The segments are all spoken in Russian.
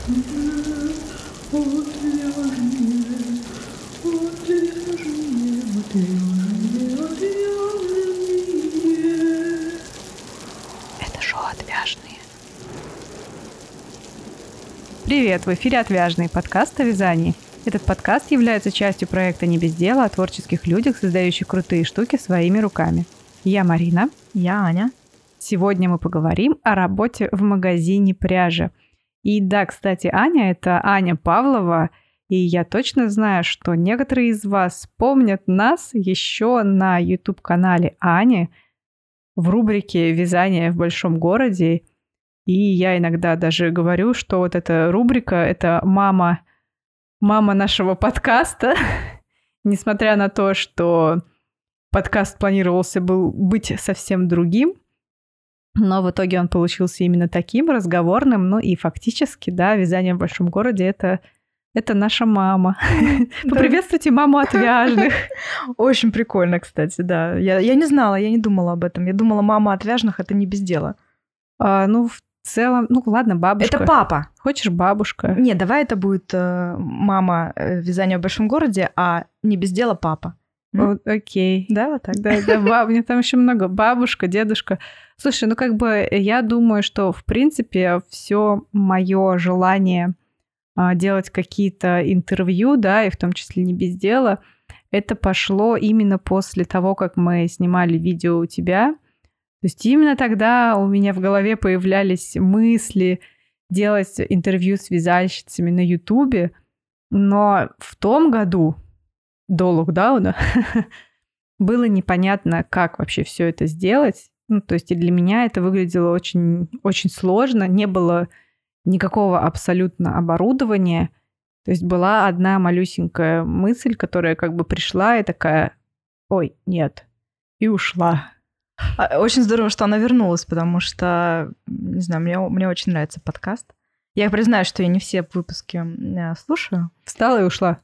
Это шоу «Отвяжные». Привет, в эфире «Отвяжные» подкаст о вязании. Этот подкаст является частью проекта «Не без дела» о творческих людях, создающих крутые штуки своими руками. Я Марина. Я Аня. Сегодня мы поговорим о работе в магазине пряжи. И да, кстати, Аня — это Аня Павлова, и я точно знаю, что некоторые из вас помнят нас еще на YouTube-канале Ани в рубрике «Вязание в большом городе». И я иногда даже говорю, что вот эта рубрика — это мама нашего подкаста. Несмотря на то, что подкаст планировался быть совсем другим, но в итоге он получился именно таким, разговорным. Ну и фактически, да, «Вязание в большом городе» — это наша мама. Поприветствуйте маму отвяжных. Очень прикольно, кстати, да. Я не знала, я не думала об этом. Я думала, мама отвяжных — это не без дела. Ну, в целом, ну ладно, бабушка. Это папа. Хочешь, бабушка? Не, давай это будет мама «Вязание в большом городе», а не без дела папа. Окей. Да, вот так? Да, у меня там еще много. Бабушка, дедушка. Слушай, ну как бы я думаю, что в принципе все мое желание делать какие-то интервью, да, и в том числе не без дела, это пошло именно после того, как мы снимали видео у тебя. То есть именно тогда у меня в голове появлялись мысли делать интервью с вязальщицами на Ютубе, но в том году, до локдауна, было непонятно, как вообще все это сделать. Ну, то есть и для меня это выглядело очень, очень сложно, не было никакого абсолютно оборудования. То есть была одна малюсенькая мысль, которая как бы пришла и такая: ой, нет, и ушла. Очень здорово, что она вернулась, потому что, не знаю, мне очень нравится подкаст. Я признаю, что я не все выпуски слушаю. Встала и ушла.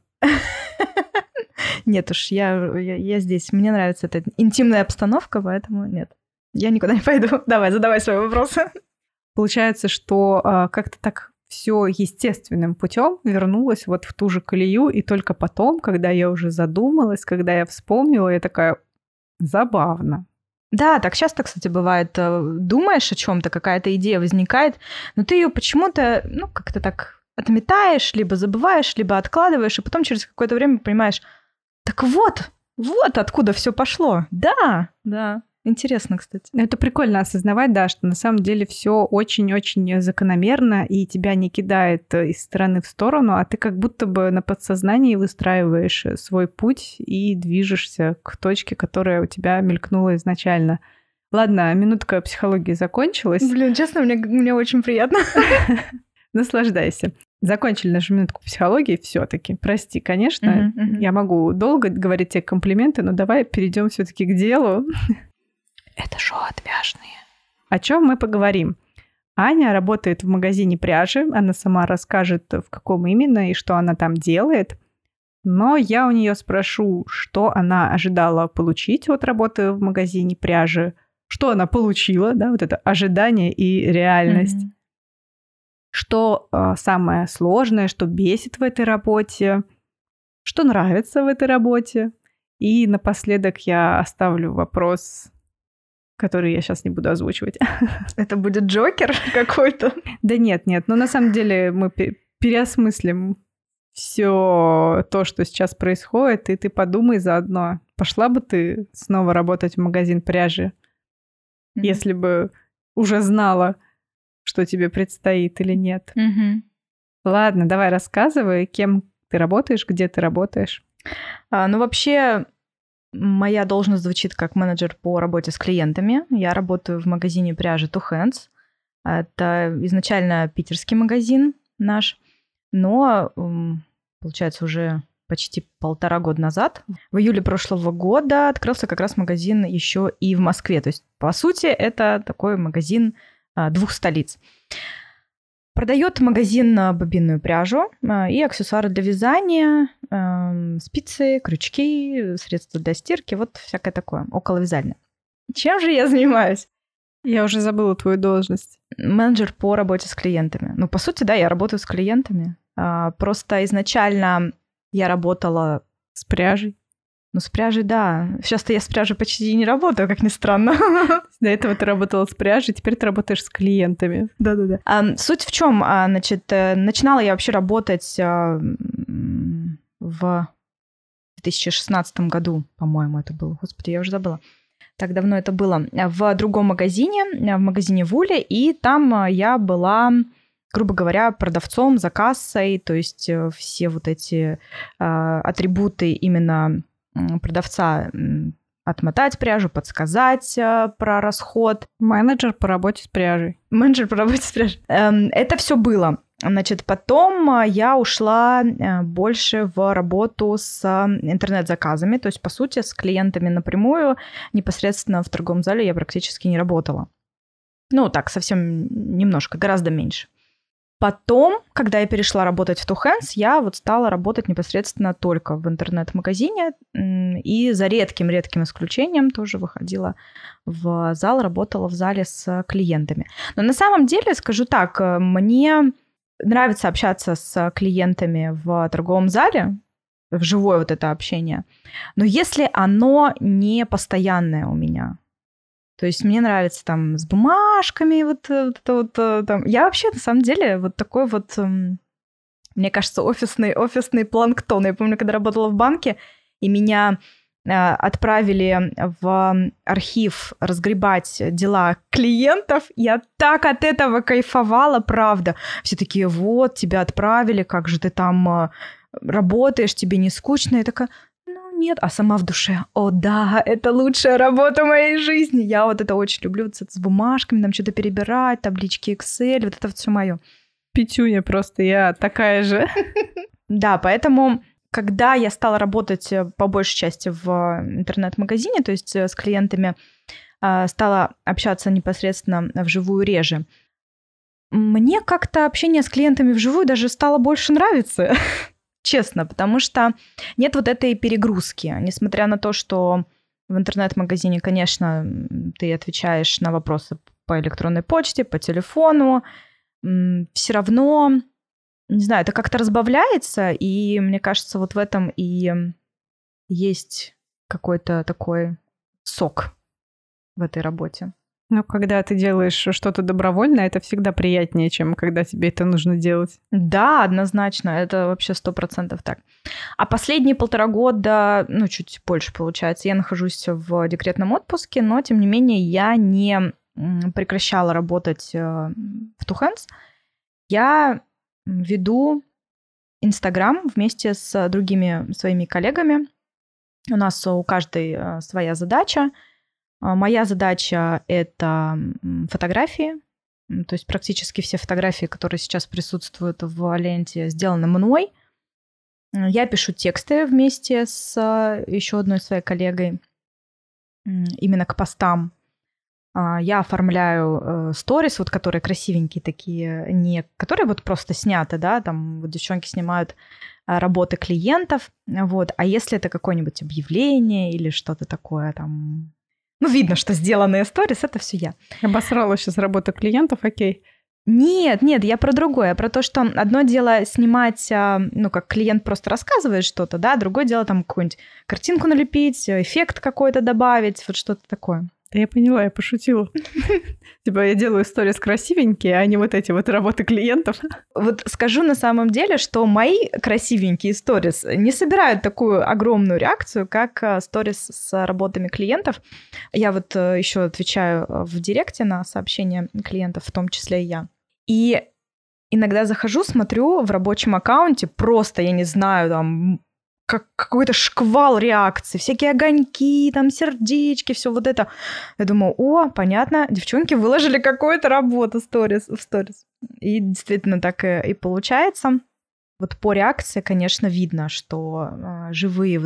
Нет уж, я здесь. Мне нравится эта интимная обстановка, поэтому нет. Я никуда не пойду. Давай, задавай свои вопросы. Получается, что как-то так все естественным путем вернулось вот в ту же колею, и только потом, когда я уже задумалась, когда я вспомнила, я такая: забавно. Да, так часто, кстати, бывает. Думаешь о чем-то, какая-то идея возникает, но ты ее почему-то, как-то так отметаешь, либо забываешь, либо откладываешь, и потом через какое-то время понимаешь: так вот откуда все пошло. Да. Интересно, кстати. Это прикольно осознавать, да, что на самом деле все очень-очень закономерно, и тебя не кидает из стороны в сторону, а ты как будто бы на подсознании выстраиваешь свой путь и движешься к точке, которая у тебя мелькнула изначально. Ладно, минутка психологии закончилась. Блин, честно, мне очень приятно. Наслаждайся. Закончили нашу минутку психологии все-таки. Прости, конечно, я могу долго говорить тебе комплименты, но давай перейдем все-таки к делу. Это шоу «Отвяжные». О чем мы поговорим? Аня работает в магазине пряжи, она сама расскажет, в каком именно и что она там делает. Но я у нее спрошу, что она ожидала получить от работы в магазине пряжи, что она получила, да, вот это ожидание и реальность. Что самое сложное, что бесит в этой работе, что нравится в этой работе. И напоследок я оставлю вопрос, который я сейчас не буду озвучивать. Это будет Джокер какой-то? Да нет, но на самом деле мы переосмыслим все то, что сейчас происходит, и ты подумай заодно, пошла бы ты снова работать в магазин пряжи, если бы уже знала, что тебе предстоит или нет. Ладно, давай рассказывай, кем ты работаешь, где ты работаешь. Вообще, моя должность звучит как менеджер по работе с клиентами. Я работаю в магазине пряжи Two Hands. Это изначально питерский магазин наш, но, получается, уже почти 1,5 года назад, в июле прошлого года, открылся как раз магазин еще и в Москве. То есть, по сути, это такой магазин 2 столиц. Продает магазин бобинную пряжу и аксессуары для вязания, спицы, крючки, средства для стирки, вот всякое такое, околовязальное. Чем же я занимаюсь? Я уже забыла твою должность. Менеджер по работе с клиентами. Ну, по сути, да, я работаю с клиентами. Просто изначально я работала... С пряжей? Ну, с пряжей, да. Сейчас-то я с пряжей почти не работаю, как ни странно. До этого ты работала с пряжей, теперь ты работаешь с клиентами. Да-да-да. Суть в чем? Значит, начинала я вообще работать в 2016 году, по-моему, это было. Господи, я уже забыла. Так давно это было. В другом магазине, в магазине Вули, и там я была, грубо говоря, продавцом за кассой, то есть все вот эти атрибуты именно продавца: отмотать пряжу, подсказать про расход. Менеджер по работе с пряжей. Менеджер по работе с пряжей. Это все было. Значит, потом я ушла больше в работу с интернет-заказами, то есть, по сути, с клиентами напрямую, непосредственно в торговом зале я практически не работала. Ну, так, совсем немножко, гораздо меньше. Потом, когда я перешла работать в Two Hands, я вот стала работать непосредственно только в интернет-магазине, и за редким-редким исключением тоже выходила в зал, работала в зале с клиентами. Но на самом деле, скажу так, мне нравится общаться с клиентами в торговом зале, вживую вот это общение, но если оно не постоянное у меня, то есть мне нравится там с бумажками, вот это вот там. Я вообще, на самом деле, вот такой вот, мне кажется, офисный планктон. Я помню, когда работала в банке, и меня отправили в архив разгребать дела клиентов, я так от этого кайфовала, правда. Все такие: вот, тебя отправили, как же ты там работаешь, тебе не скучно? Я такая: нет, а сама в душе: о да, это лучшая работа моей жизни. Я вот это очень люблю, вот с бумажками, там что-то перебирать, таблички Excel, вот это вот все мое. Петюня просто, я такая же. Да, поэтому, когда я стала работать по большей части в интернет-магазине, то есть с клиентами, стала общаться непосредственно вживую реже, мне как-то общение с клиентами вживую даже стало больше нравиться. Честно, потому что нет вот этой перегрузки. Несмотря на то, что в интернет-магазине, конечно, ты отвечаешь на вопросы по электронной почте, по телефону, все равно, не знаю, это как-то разбавляется, и мне кажется, вот в этом и есть какой-то такой сок в этой работе. Но когда ты делаешь что-то добровольно, это всегда приятнее, чем когда тебе это нужно делать. Да, однозначно, это вообще 100% так. А последние 1,5 года, ну, чуть больше получается, я нахожусь в декретном отпуске, но, тем не менее, я не прекращала работать в Two Hands. Я веду Инстаграм вместе с другими своими коллегами. У нас у каждой своя задача. Моя задача — это фотографии, то есть практически все фотографии, которые сейчас присутствуют в ленте, сделаны мной. Я пишу тексты вместе с еще одной своей коллегой именно к постам. Я оформляю сторис, вот которые красивенькие такие, не которые вот просто сняты, да, там вот девчонки снимают работы клиентов, вот, а если это какое-нибудь объявление или что-то такое там... Ну, видно, что сделанные сторис — это все я. Обосрала сейчас работу клиентов, окей. Нет, я про другое. Про то, что одно дело снимать, ну, как клиент просто рассказывает что-то, да, другое дело там какую-нибудь картинку налепить, эффект какой-то добавить, вот что-то такое. Да я поняла, я пошутила. Типа я делаю сторис красивенькие, а не вот эти вот работы клиентов. Вот скажу на самом деле, что мои красивенькие сторис не собирают такую огромную реакцию, как сторис с работами клиентов. Я вот еще отвечаю в директе на сообщения клиентов, в том числе и я. И иногда захожу, смотрю в рабочем аккаунте, просто, я не знаю, там... как какой-то шквал реакций, всякие огоньки, там сердечки, все вот это. Я думаю: о, понятно, девчонки выложили какую-то работу в сторис. И действительно так и получается. Вот по реакции, конечно, видно, что живые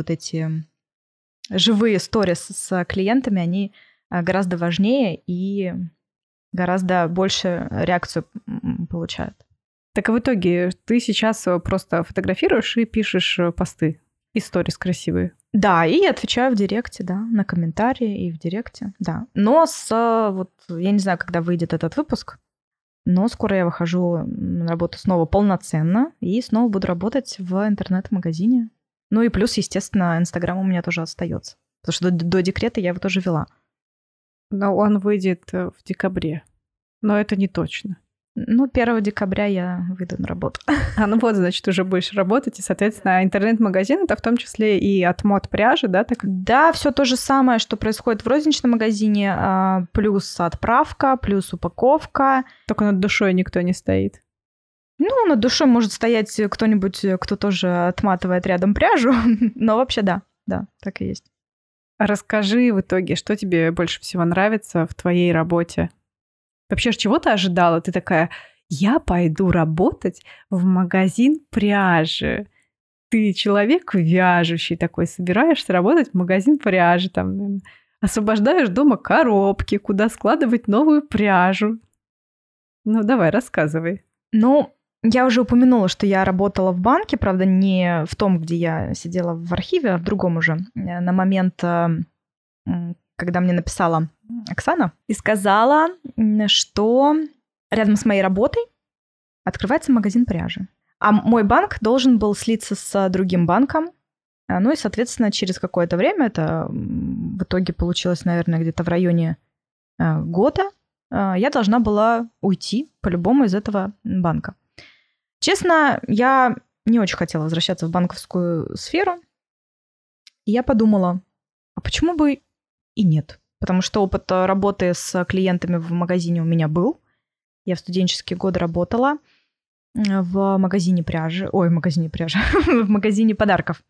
сторис с клиентами, они гораздо важнее и гораздо больше реакцию получают. Так в итоге ты сейчас просто фотографируешь и пишешь посты? И сторис красивые. Да, и отвечаю в директе, да, на комментарии и в директе, да. Но я не знаю, когда выйдет этот выпуск, но скоро я выхожу на работу снова полноценно и снова буду работать в интернет-магазине. Ну и плюс, естественно, Инстаграм у меня тоже остается, потому что до декрета я его тоже вела. Но он выйдет в декабре. Но это не точно. 1 декабря я выйду на работу. Значит, уже будешь работать, и, соответственно, интернет-магазин — это в том числе и отмот пряжи, да? Так? Да, все то же самое, что происходит в розничном магазине, плюс отправка, плюс упаковка. Только над душой никто не стоит. Над душой может стоять кто-нибудь, кто тоже отматывает рядом пряжу, но вообще да, так и есть. Расскажи в итоге, что тебе больше всего нравится в твоей работе? Вообще, чего ты ожидала? Ты такая: я пойду работать в магазин пряжи. Ты человек вяжущий такой, собираешься работать в магазин пряжи, там, освобождаешь дома коробки, куда складывать новую пряжу. Давай, рассказывай. Я уже упомянула, что я работала в банке, правда, не в том, где я сидела в архиве, а в другом уже. На момент, когда мне написала Оксана и сказала, что рядом с моей работой открывается магазин пряжи. А мой банк должен был слиться с другим банком. И, соответственно, через какое-то время, это в итоге получилось, наверное, где-то в районе года, я должна была уйти по-любому из этого банка. Честно, я не очень хотела возвращаться в банковскую сферу. И я подумала, а почему бы и нет? Потому что опыт работы с клиентами в магазине у меня был. Я в студенческие годы работала в магазине пряжи. В магазине подарков.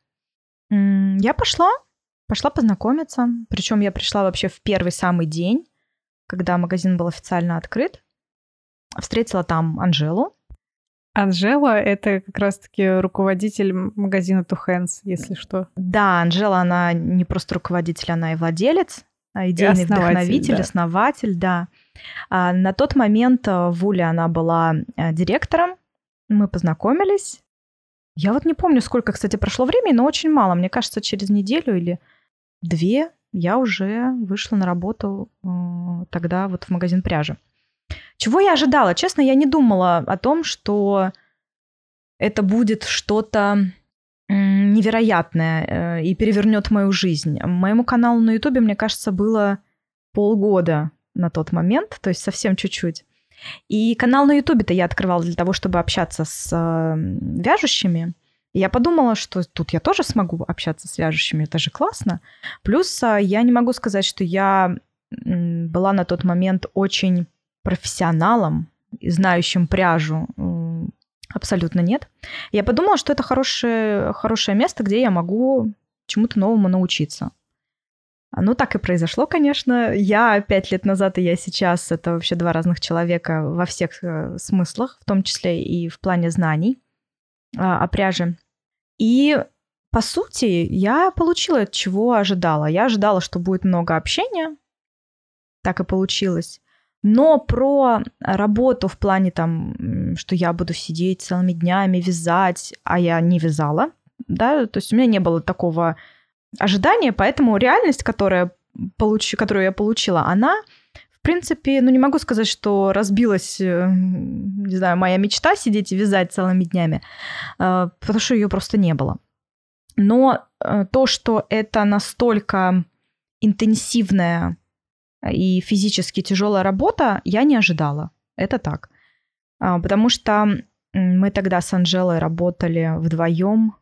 Я пошла познакомиться. Причем я пришла вообще в первый самый день, когда магазин был официально открыт. Встретила там Анжелу. Анжела — это как раз-таки руководитель магазина Two Hands, если что. Да, Анжела, она не просто руководитель, она и владелец, идейный вдохновитель, основатель, да. На тот момент в Уле она была директором. Мы познакомились. Я не помню, сколько, кстати, прошло времени, но очень мало. Мне кажется, через неделю или 2 я уже вышла на работу тогда в магазин пряжи. Чего я ожидала? Честно, я не думала о том, что это будет что-то невероятное и перевернет мою жизнь. Моему каналу на Ютубе, мне кажется, было полгода на тот момент, то есть совсем чуть-чуть. И канал на Ютубе-то я открывала для того, чтобы общаться с вяжущими. И я подумала, что тут я тоже смогу общаться с вяжущими, это же классно. Плюс я не могу сказать, что я была на тот момент очень профессионалом, знающим пряжу, абсолютно нет. Я подумала, что это хорошее место, где я могу чему-то новому научиться. Так и произошло, конечно. Я 5 лет назад и я сейчас — это вообще 2 разных человека во всех смыслах, в том числе и в плане знаний о пряже. И, по сути, я получила, чего ожидала. Я ожидала, что будет много общения. Так и получилось. Но про работу в плане что я буду сидеть целыми днями, вязать, а я не вязала, да, то есть у меня не было такого ожидания, поэтому реальность, которую я получила, она, в принципе, не могу сказать, что разбилась, не знаю, моя мечта сидеть и вязать целыми днями, потому что ее просто не было. Но то, что это настолько интенсивная и физически тяжелая работа, я не ожидала. Это так. Потому что мы тогда с Анжелой работали вдвоем.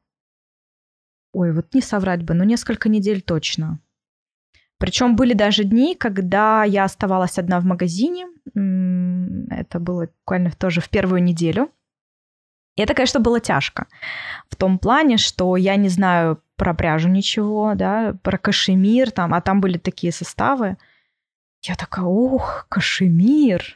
Не соврать бы, несколько недель точно. Причем были даже дни, когда я оставалась одна в магазине. Это было буквально тоже в первую неделю. И это, конечно, было тяжко. В том плане, что я не знаю про пряжу ничего, да, про кашемир, а там были такие составы. Я такая: ох, кашемир,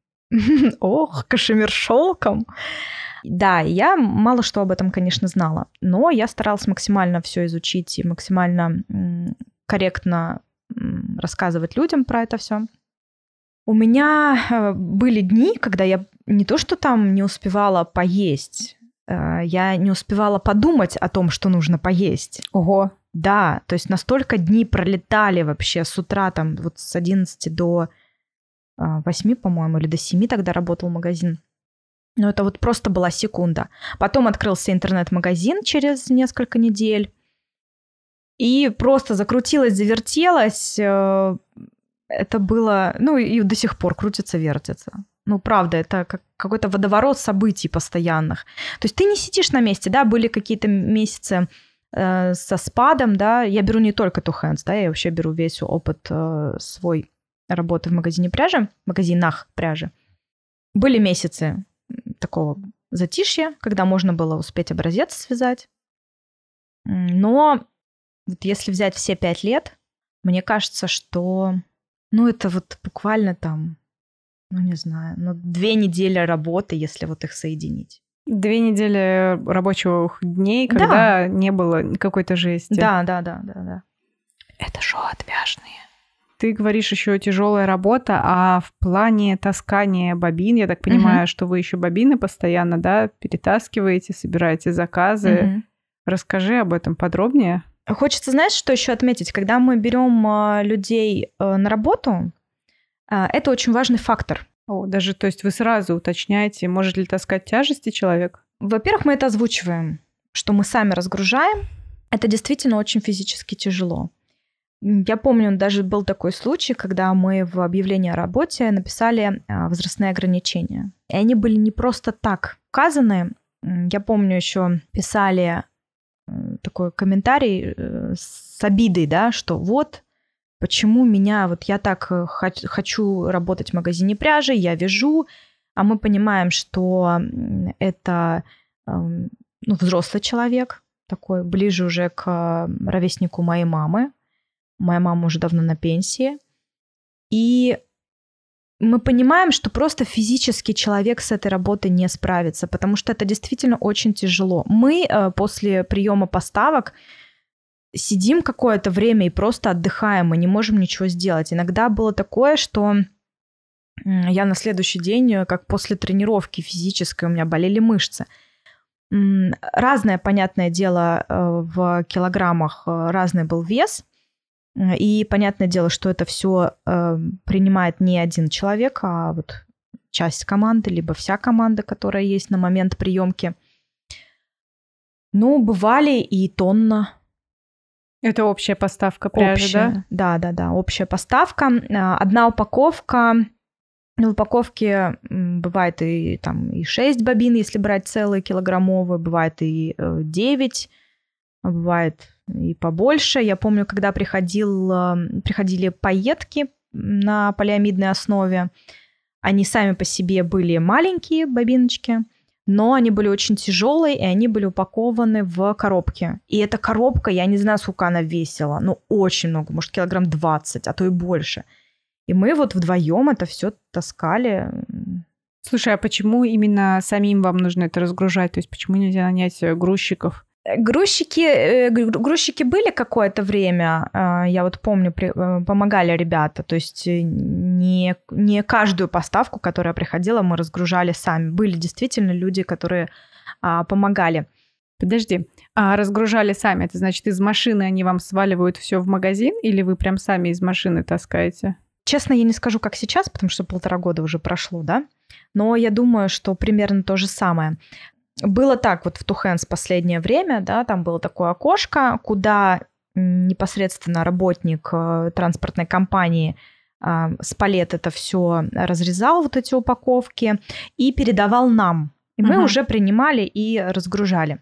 ох, кашемир шелком. Да, я мало что об этом, конечно, знала, но я старалась максимально все изучить и максимально корректно рассказывать людям про это все. У меня были дни, когда я не то что там не успевала поесть, я не успевала подумать о том, что нужно поесть. Ого. Да, то есть настолько дни пролетали вообще с утра, там вот с 11 до 8, по-моему, или до 7 тогда работал магазин. Но это вот просто была секунда. Потом открылся интернет-магазин через несколько недель. И просто закрутилось, завертелось. Это было... Ну, и до сих пор крутится, вертится. Ну, правда, это как какой-то водоворот событий постоянных. То есть ты не сидишь на месте, да, были какие-то месяцы со спадом, да. Я беру не только Two Hands, да, я вообще беру весь опыт свой работы в магазине пряжи, в магазинах пряжи. Были месяцы такого затишья, когда можно было успеть образец связать. Но вот если взять все 5 лет, мне кажется, что, ну, это вот буквально там, ну, не знаю, 2 недели работы, если вот их соединить. 2 недели рабочих дней, когда не было какой-то жести. Да. Это шоу отвяжные. Ты говоришь еще тяжелая работа, а в плане таскания бобин, я так понимаю, что вы еще бобины постоянно, да, перетаскиваете, собираете заказы. Расскажи об этом подробнее. Хочется, знаешь, что еще отметить? Когда мы берем людей на работу, это очень важный фактор. Даже, то есть вы сразу уточняете, может ли таскать тяжести человек? Во-первых, мы это озвучиваем, что мы сами разгружаем. Это действительно очень физически тяжело. Я помню, даже был такой случай, когда мы в объявлении о работе написали возрастные ограничения. И они были не просто так указаны. Я помню, еще писали такой комментарий с обидой, да, что вот почему меня, вот я так хочу работать в магазине пряжи, я вяжу, а мы понимаем, что это взрослый человек, такой ближе уже к ровеснику моей мамы. Моя мама уже давно на пенсии. И мы понимаем, что просто физически человек с этой работой не справится, потому что это действительно очень тяжело. Мы после приема поставок сидим какое-то время и просто отдыхаем, мы не можем ничего сделать. Иногда было такое, что я на следующий день, как после тренировки физической, у меня болели мышцы. Разное, понятное дело, в килограммах разный был вес. И понятное дело, что это все принимает не один человек, а вот часть команды, либо вся команда, которая есть на момент приемки. Ну, бывали и тонна. Это общая поставка пряжи, общая, да? Да, общая поставка. Одна упаковка. В упаковке бывает и 6 бобин, если брать целые килограммовые, бывает и 9, бывает и побольше. Я помню, когда приходили пайетки на полиамидной основе, они сами по себе были маленькие бобиночки, но они были очень тяжелые, и они были упакованы в коробке. И эта коробка, я не знаю, сколько она весила, но очень много, может, килограмм 20, а то и больше. И мы вот вдвоем это все таскали. Слушай, а почему именно самим вам нужно это разгружать? То есть почему нельзя нанять грузчиков? Грузчики были какое-то время, я вот помню, помогали ребята, то есть не каждую поставку, которая приходила, мы разгружали сами. Были действительно люди, которые помогали. Подожди, а разгружали сами, это значит, из машины они вам сваливают все в магазин или вы прям сами из машины таскаете? Честно, я не скажу, как сейчас, потому что 1,5 года уже прошло, да? Но я думаю, что примерно то же самое. Было так вот в Two Hands последнее время, да, там было такое окошко, куда непосредственно работник транспортной компании с палет это все разрезал, вот эти упаковки, и передавал нам. И мы уже принимали и разгружали.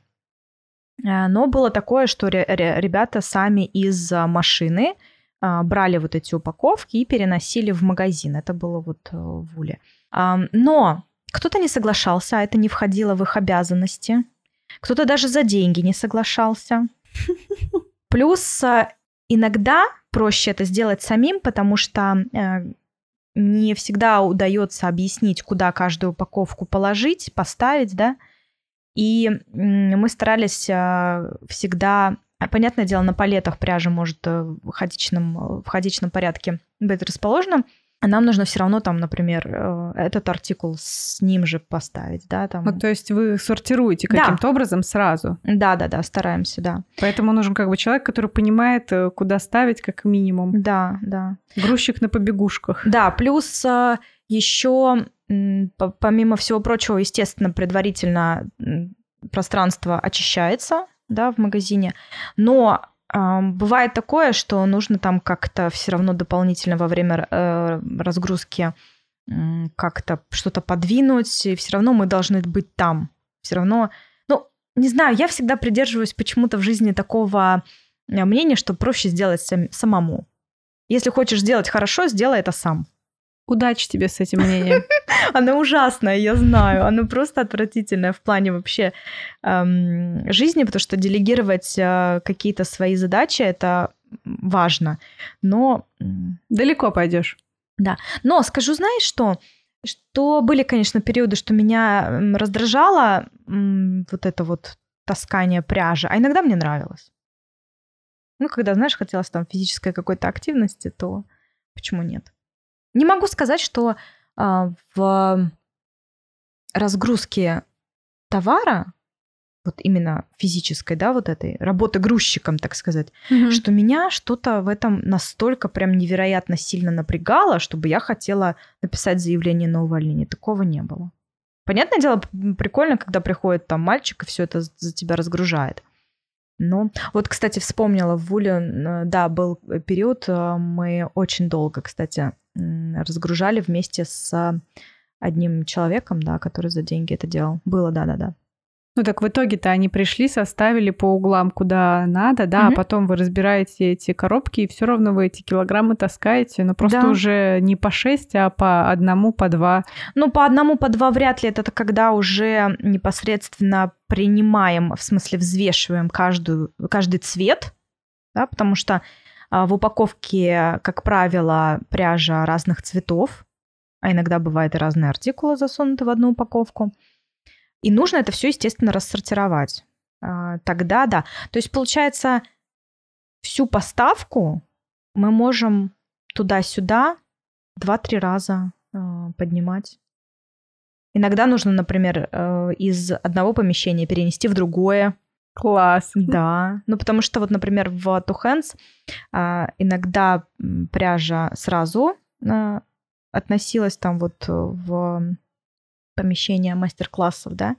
Но было такое, что ребята сами из машины брали вот эти упаковки и переносили в магазин. Это было вот в Уле. Но кто-то не соглашался, а это не входило в их обязанности. Кто-то даже за деньги не соглашался. Плюс иногда проще это сделать самим, потому что не всегда удается объяснить, куда каждую упаковку положить, поставить, да. И мы старались всегда... Понятное дело, на палетах пряжа может в хаотичном порядке быть расположена. А нам нужно все равно там, например, этот артикул с ним же поставить, да, там. Ну, то есть вы сортируете каким-то образом сразу? Да, стараемся, да. Поэтому нужен как бы человек, который понимает, куда ставить, как минимум. Да. Грузчик на побегушках. Да, плюс еще, помимо всего прочего, естественно, предварительно пространство очищается, да, в магазине, но бывает такое, что нужно там как-то все равно дополнительно во время разгрузки как-то что-то подвинуть, и все равно мы должны быть там. Все равно, ну, не знаю, я всегда придерживаюсь почему-то в жизни такого мнения, что проще сделать самому. Если хочешь сделать хорошо, сделай это сам. Удачи тебе с этим мнением. Оно ужасное, я знаю. Оно просто отвратительное в плане вообще жизни, потому что делегировать какие-то свои задачи — это важно. Но... Далеко пойдешь. Да. Но скажу, знаешь что? Что были, конечно, периоды, что меня раздражало вот это вот таскание пряжи, а иногда мне нравилось. Ну, когда, знаешь, хотелось там физической какой-то активности, то почему нет? Не могу сказать, что в разгрузке товара, вот именно физической, да, вот этой работы грузчиком, так сказать, что меня что-то в этом настолько прям невероятно сильно напрягало, чтобы я хотела написать заявление на увольнение. Такого не было. Понятное дело, прикольно, когда приходит там мальчик и все это за тебя разгружает. Ну, вот, кстати, вспомнила, в Вуле, да, был период, мы очень долго, кстати, разгружали вместе с одним человеком, да, который за деньги это делал. Было, да. Ну так в итоге-то они пришли, составили по углам куда надо, да, а потом вы разбираете эти коробки, и все равно вы эти килограммы таскаете, но просто уже не по 6, а по 1, по 2. Ну, по 1, по 2 вряд ли. Это когда уже непосредственно принимаем, в смысле взвешиваем каждый цвет, да, потому что в упаковке, как правило, пряжа разных цветов, а иногда бывает и разные артикулы засунуты в одну упаковку. И нужно это все, естественно, рассортировать. Тогда да. То есть, получается, всю поставку мы можем туда-сюда 2-3 раза поднимать. Иногда нужно, например, из одного помещения перенести в другое. Класс. Да. Ну, потому что вот, например, в Two Hands иногда пряжа сразу относилась там вот в помещение мастер-классов, да,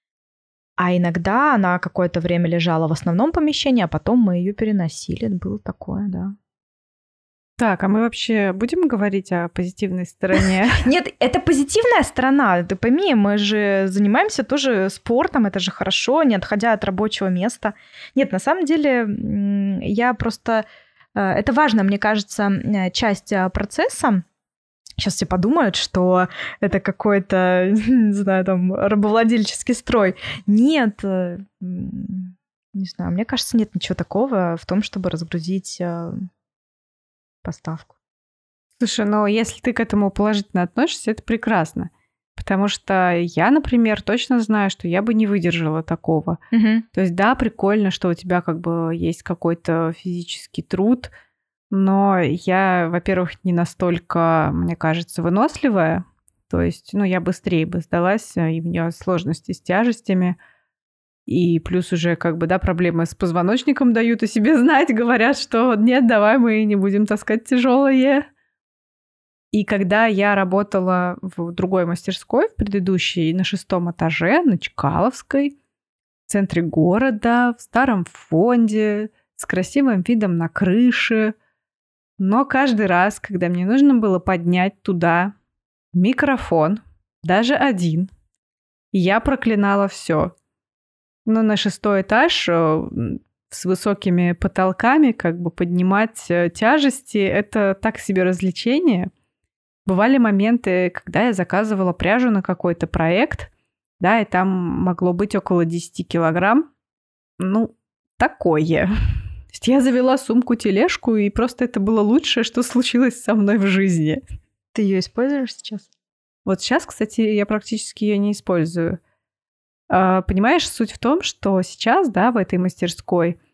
а иногда она какое-то время лежала в основном помещении, а потом мы ее переносили. Было такое, да. Так, а мы вообще будем говорить о позитивной стороне? Нет, это позитивная сторона. Ты пойми, мы же занимаемся тоже спортом, это же хорошо, не отходя от рабочего места. Нет, на самом деле, я просто... Это важно, мне кажется, часть процесса. Сейчас все подумают, что это какой-то, не знаю, там, рабовладельческий строй. Нет, не знаю, мне кажется, нет ничего такого в том, чтобы разгрузить поставку. Слушай, ну если ты к этому положительно относишься, это прекрасно. Потому что я, например, точно знаю, что я бы не выдержала такого. То есть, да, прикольно, что у тебя как бы есть какой-то физический труд, но я, во-первых, не настолько, мне кажется, выносливая. То есть, ну, я быстрее бы сдалась, и у меня сложности с тяжестями. И плюс уже как бы, да, проблемы с позвоночником дают о себе знать, говорят, что нет, давай мы не будем таскать тяжелое. И когда я работала в другой мастерской, в предыдущей, на 6-м этаже, на Чкаловской, в центре города, в старом фонде, с красивым видом на крыше, но каждый раз, когда мне нужно было поднять туда микрофон, даже один, я проклинала все. Но на 6-й этаж с высокими потолками как бы поднимать тяжести — это так себе развлечение. Бывали моменты, когда я заказывала пряжу на какой-то проект, да, и там могло быть около 10 килограмм. Ну, такое. То есть я завела сумку-тележку, и просто это было лучшее, что случилось со мной в жизни. Ты ее используешь сейчас? Вот сейчас, кстати, я практически ее не использую. Понимаешь, суть в том, что сейчас, да, в этой мастерской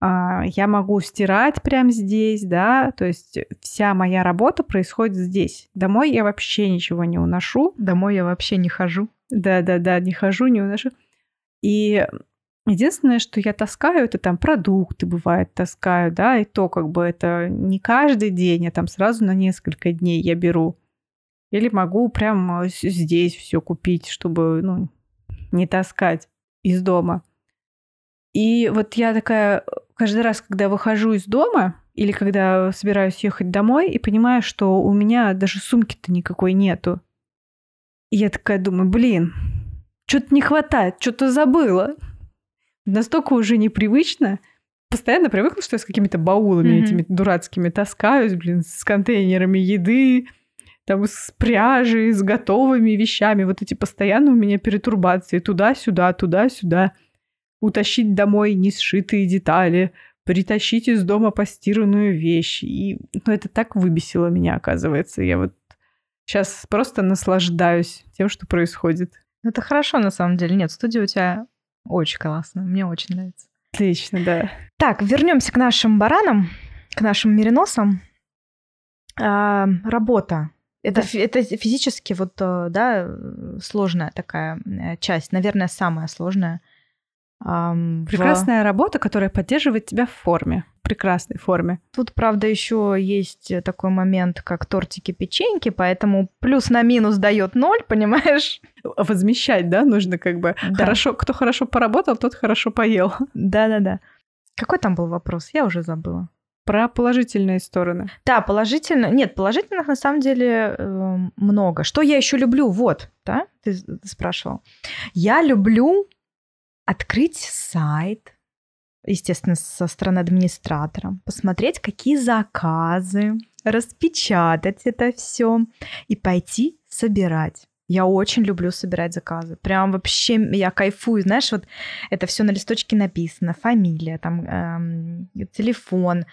Я могу стирать прямо здесь, да, то есть вся моя работа происходит здесь. Домой я вообще ничего не уношу. Домой я вообще не хожу. Да, не хожу, не уношу. И единственное, что я таскаю, это там продукты, бывает, таскаю, да, и то как бы это не каждый день, а там сразу на несколько дней я беру. Или могу прямо здесь все купить, чтобы, не таскать из дома. И вот я такая, каждый раз, когда выхожу из дома или когда собираюсь ехать домой, и понимаю, что у меня даже сумки-то никакой нету. И я такая думаю, что-то не хватает, что-то забыла. Настолько уже непривычно. Постоянно привыкла, что я с какими-то баулами этими дурацкими таскаюсь, с контейнерами еды, там с пряжей, с готовыми вещами. Вот эти постоянно у меня перетурбации. Туда-сюда, туда-сюда. Утащить домой несшитые детали, притащить из дома постиранную вещь. И это так выбесило меня, оказывается. Я вот сейчас просто наслаждаюсь тем, что происходит. Это хорошо, на самом деле. Нет, студия у тебя очень классная. Мне очень нравится. Отлично, да. Так, вернемся к нашим баранам, к нашим мериносам. Работа. Это физически сложная такая часть. Наверное, самая сложная. Прекрасная работа, которая поддерживает тебя в форме, в прекрасной форме. Тут, правда, еще есть такой момент, как тортики-печеньки, поэтому плюс на минус дает 0, понимаешь? Возмещать, да, нужно как бы. Да. Хорошо, кто хорошо поработал, тот хорошо поел. Да. Какой там был вопрос? Я уже забыла. Про положительные стороны. Да, положительных на самом деле много. Что я еще люблю? Вот, да, ты спрашивал. Я люблю открыть сайт, естественно, со стороны администратора, посмотреть, какие заказы, распечатать это все и пойти собирать. Я очень люблю собирать заказы. Прям вообще я кайфую. Знаешь, вот это все на листочке написано, фамилия, там телефон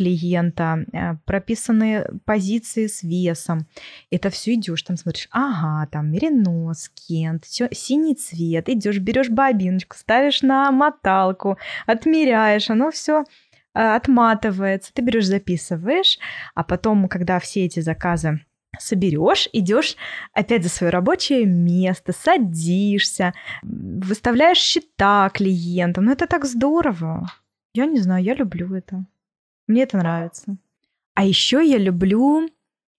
клиента, прописанные позиции с весом. Это все идешь, там смотришь, там меринос, кент, синий цвет. Идешь, берешь бобиночку, ставишь на моталку, отмеряешь, оно все отматывается. Ты берешь, записываешь, а потом, когда все эти заказы соберешь, идешь опять за свое рабочее место, садишься, выставляешь счета клиентам. Это так здорово. Я не знаю, я люблю это. Мне это нравится. А еще я люблю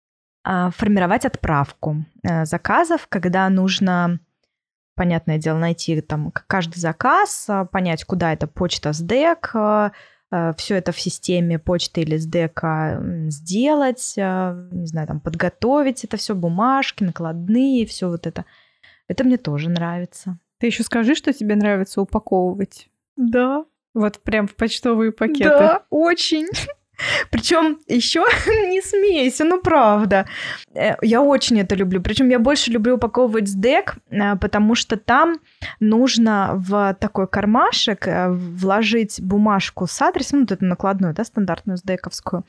формировать отправку заказов, когда нужно, понятное дело, найти там каждый заказ, понять, куда это почта, СДЭК, все это в системе почты или СДЭКа сделать, не знаю, там подготовить это все, бумажки, накладные, все вот это. Это мне тоже нравится. Ты еще скажи, что тебе нравится упаковывать. Да. Вот прям в почтовые пакеты. Да, очень. Причем еще не смейся, правда. Я очень это люблю. Причем я больше люблю упаковывать СДЭК, потому что там нужно в такой кармашек вложить бумажку с адресом, это накладную, да, стандартную СДЭКовскую,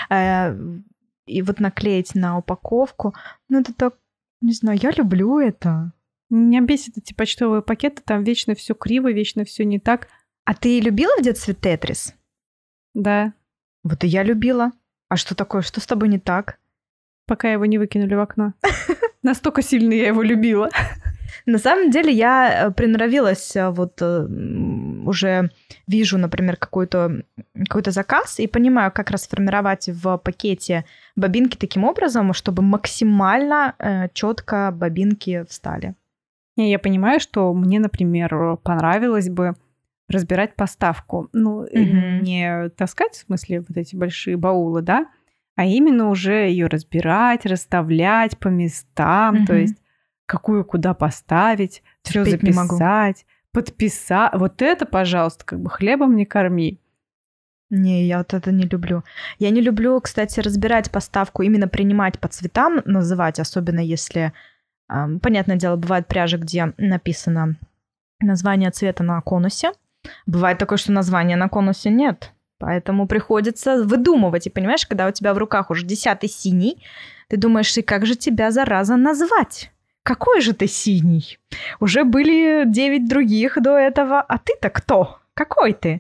и вот наклеить на упаковку. Это так, не знаю, я люблю это. Меня бесит эти почтовые пакеты, там вечно все криво, вечно все не так. А ты любила в детстве Тетрис? Да. Вот и я любила. А что такое? Что с тобой не так? Пока его не выкинули в окно. Настолько сильно я его любила. На самом деле я приноровилась, уже вижу, например, какой-то заказ и понимаю, как расформировать в пакете бобинки таким образом, чтобы максимально четко бобинки встали. Я понимаю, что мне, например, понравилось бы разбирать поставку. Не таскать, в смысле, вот эти большие баулы, да, а именно уже ее разбирать, расставлять по местам, то есть какую куда поставить, все записать, подписать. Вот это, пожалуйста, как бы хлебом не корми. Не, я вот это не люблю. Я не люблю, кстати, разбирать поставку, именно принимать по цветам, называть, особенно если, понятное дело, бывает пряжа, где написано название цвета на конусе. Бывает такое, что названия на конусе нет, поэтому приходится выдумывать. И понимаешь, когда у тебя в руках уже 10-й синий, ты думаешь, и как же тебя, зараза, назвать? Какой же ты синий? Уже были 9 других до этого, а ты-то кто? Какой ты?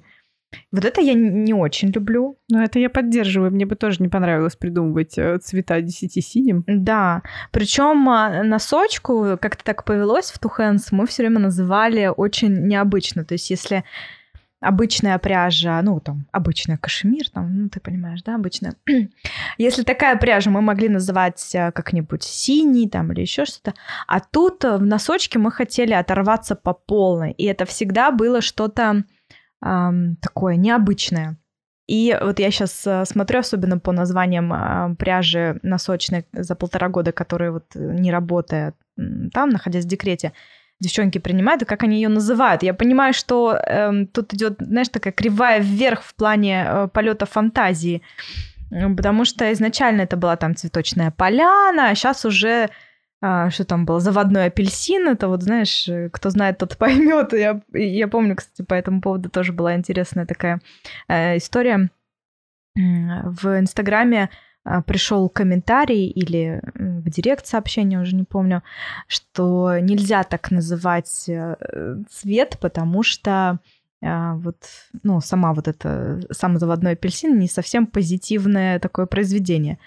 Вот это я не очень люблю. Ну, это я поддерживаю. Мне бы тоже не понравилось придумывать цвета 10 синим. Да. Причем носочку, как-то так повелось в Two Hands, мы все время называли очень необычно. То есть если обычная пряжа, ну, там, обычная кашемир, там, ну, ты понимаешь, да, обычная. Если такая пряжа, мы могли называть как-нибудь синий, там, или еще что-то. А тут в носочке мы хотели оторваться по полной. И это всегда было что-то такое необычное. И вот я сейчас смотрю, особенно по названиям пряжи носочной за 1,5 года, которые вот не работают там, находясь в декрете, девчонки принимают, и как они ее называют. Я понимаю, что тут идет, знаешь, такая кривая вверх в плане полета фантазии, потому что изначально это была там цветочная поляна, а сейчас уже что там было, заводной апельсин, это вот, знаешь, кто знает, тот поймет. Я помню, кстати, по этому поводу тоже была интересная такая история. В Инстаграме пришел комментарий или в директ сообщение, уже не помню, что нельзя так называть цвет, потому что вот, ну, сам заводной апельсин не совсем позитивное такое произведение.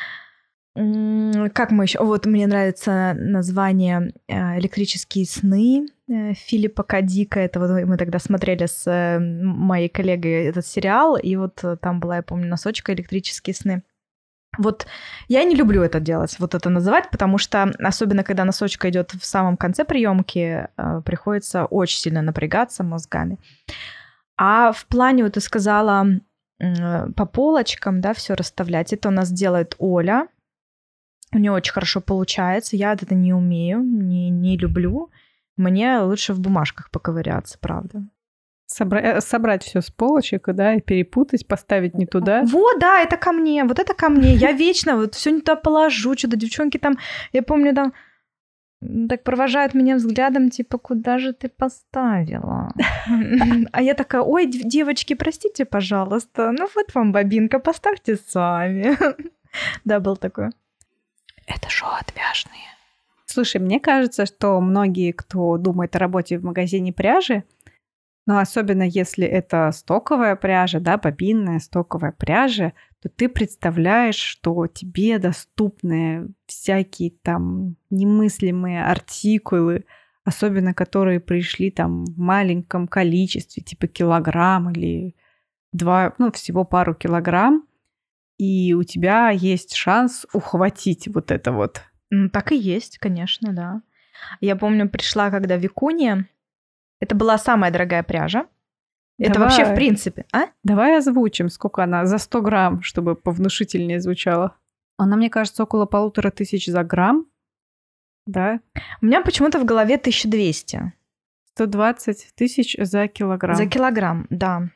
Как мы еще? Вот мне нравится название «Электрические сны» Филиппа К. Дика. Это вот мы тогда смотрели с моей коллегой этот сериал, и вот там была, я помню, носочка «Электрические сны». Вот я не люблю это делать, вот это называть, потому что, особенно когда носочка идет в самом конце приемки, приходится очень сильно напрягаться мозгами. А в плане, вот ты сказала, по полочкам, да, все расставлять, это у нас делает Оля. У нее очень хорошо получается. Я это не умею, не люблю. Мне лучше в бумажках поковыряться, правда. Собрать все с полочек, да, и перепутать, поставить не туда. Вот, да, это ко мне, вот это ко мне. Я вечно вот все не туда положу, что-то девчонки там, я помню, там так провожают меня взглядом, типа, куда же ты поставила? А я такая, ой, девочки, простите, пожалуйста, ну вот вам бобинка, поставьте сами. Да, был такой. Это шоу отвяжные. Слушай, мне кажется, что многие, кто думает о работе в магазине пряжи, но особенно если это стоковая пряжа, да, бобинная стоковая пряжа, то ты представляешь, что тебе доступны всякие там немыслимые артикулы, особенно которые пришли там в маленьком количестве, типа килограмм или 2, ну, всего пару килограмм, и у тебя есть шанс ухватить вот это вот. Так и есть, конечно, да. Я помню, пришла, когда Викуния. Это была самая дорогая пряжа. Это вообще в принципе. Давай озвучим, сколько она за 100 грамм, чтобы повнушительнее звучало. Она, мне кажется, около 1500 за грамм. Да? У меня почему-то в голове 1200. 120 тысяч за килограмм. За килограмм, да.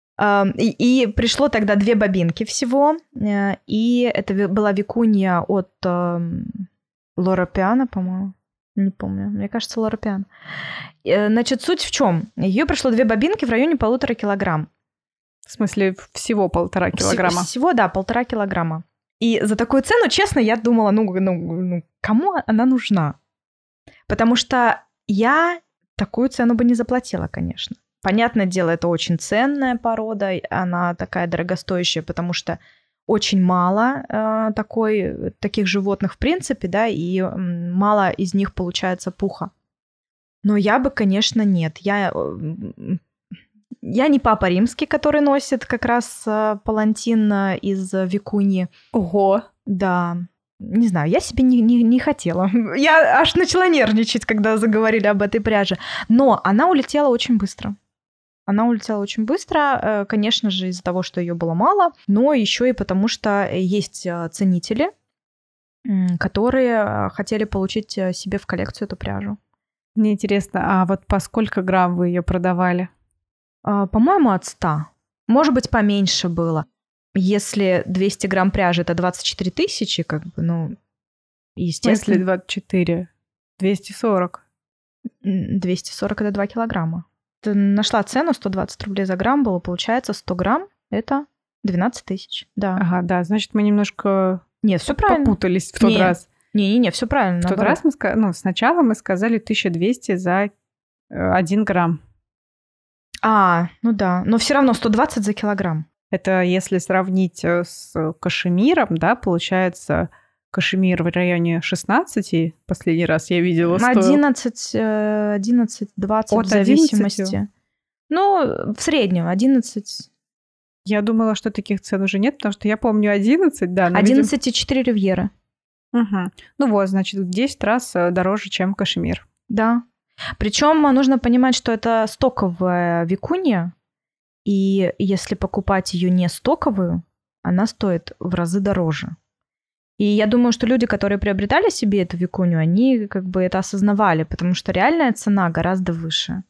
И пришло тогда 2 бобинки всего. И это была Викуния от Лора Пиано, по-моему. Не помню. Мне кажется, Лора Пиано. Значит, суть в чем? Ее пришло 2 бобинки в районе 1,5 килограмм. В смысле, всего 1,5 килограмма? Всего, да, 1,5 килограмма. И за такую цену, честно, я думала, ну, кому она нужна? Потому что я такую цену бы не заплатила, конечно. Понятное дело, это очень ценная порода, она такая дорогостоящая, потому что очень мало таких животных в принципе, да, и мало из них получается пуха. Но я бы, конечно, нет. Я не папа римский, который носит как раз палантин из викуньи. Ого! Да. Не знаю, я себе не хотела. Я аж начала нервничать, когда заговорили об этой пряже. Но она улетела очень быстро. Конечно же, из-за того, что ее было мало, но еще и потому, что есть ценители, которые хотели получить себе в коллекцию эту пряжу. Мне интересно, а вот по сколько грамм вы ее продавали? По-моему, от 100. Может быть, поменьше было. Если 200 грамм пряжи — это 24 тысячи, как бы, ну, естественно. Если 24? 240. 240 — это 2 килограмма. Ты нашла цену, 120 рублей за грамм было, получается, 100 грамм — это 12 тысяч, да. Ага, да, значит, мы немножко попутались в тот раз. Не, все правильно. В тот раз сначала мы сказали 1200 за 1 грамм. Ну да. Но все равно 120 за килограмм. Это если сравнить с кашемиром, да, получается, кашемир в районе 16, последний раз я видела, стоил. 11-20 в зависимости. Ну, в среднем 11. Я думала, что таких цен уже нет, потому что я помню 11, да. 11,4 ривьеры. Угу. Ну вот, значит, в 10 раз дороже, чем кашемир. Да. Причем нужно понимать, что это стоковая викунья, и если покупать ее не стоковую, она стоит в разы дороже. И я думаю, что люди, которые приобретали себе эту викунью, они как бы это осознавали, потому что реальная цена гораздо выше.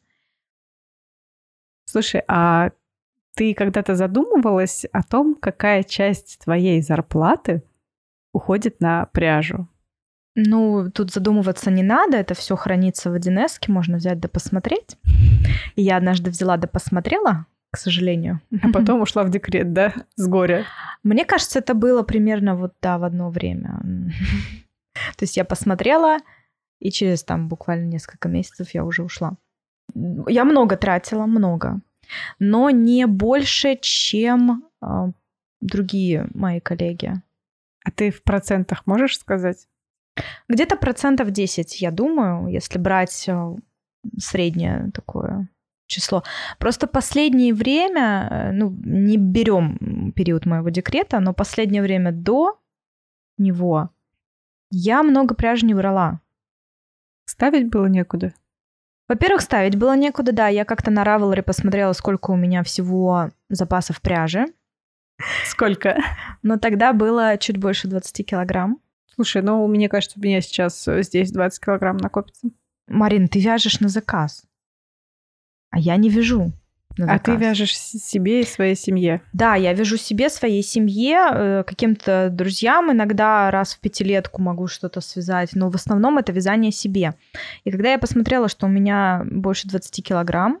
Слушай, а ты когда-то задумывалась о том, какая часть твоей зарплаты уходит на пряжу? Ну, тут задумываться не надо, это все хранится в 1С, можно взять да посмотреть. И я однажды взяла да посмотрела, к сожалению. А потом ушла в декрет, да, с горя? Мне кажется, это было примерно в одно время. То есть я посмотрела, и через там буквально несколько месяцев я уже ушла. Я много тратила, много. Но не больше, чем другие мои коллеги. А ты в процентах можешь сказать? Где-то 10%, я думаю, если брать среднее такое число. Просто последнее время, не берем период моего декрета, но последнее время до него я много пряжи не брала. Ставить было некуда? Во-первых, ставить было некуда, да. Я как-то на Ravelry посмотрела, сколько у меня всего запасов пряжи. Сколько? Но тогда было чуть больше 20 килограмм. Слушай, мне кажется, у меня сейчас здесь 20 килограмм накопится. Марин, ты вяжешь на заказ, а я не вяжу на заказ. А ты вяжешь себе и своей семье? Да, я вяжу себе, своей семье, каким-то друзьям. Иногда раз в 5-летку могу что-то связать, но в основном это вязание себе. И когда я посмотрела, что у меня больше 20 килограмм,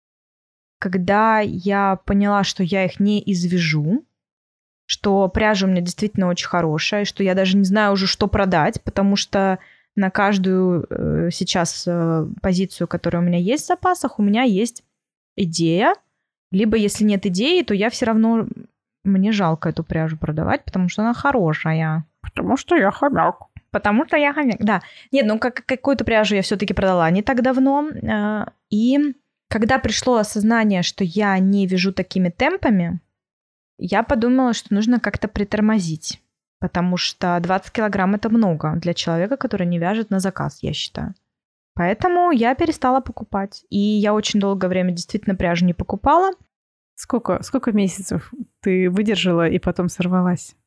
когда я поняла, что я их не извяжу, что пряжа у меня действительно очень хорошая, что я даже не знаю уже, что продать, потому что на каждую сейчас позицию, которая у меня есть в запасах, у меня есть идея. Либо если нет идеи, то я все равно... Мне жалко эту пряжу продавать, потому что она хорошая. Потому что я хомяк. Потому что я хомяк, да. Нет, какую-то пряжу я все-таки продала не так давно. И когда пришло осознание, что я не вяжу такими темпами, я подумала, что нужно как-то притормозить, потому что 20 килограмм – это много для человека, который не вяжет на заказ, я считаю. Поэтому я перестала покупать. И я очень долгое время действительно пряжу не покупала. Сколько месяцев ты выдержала и потом сорвалась?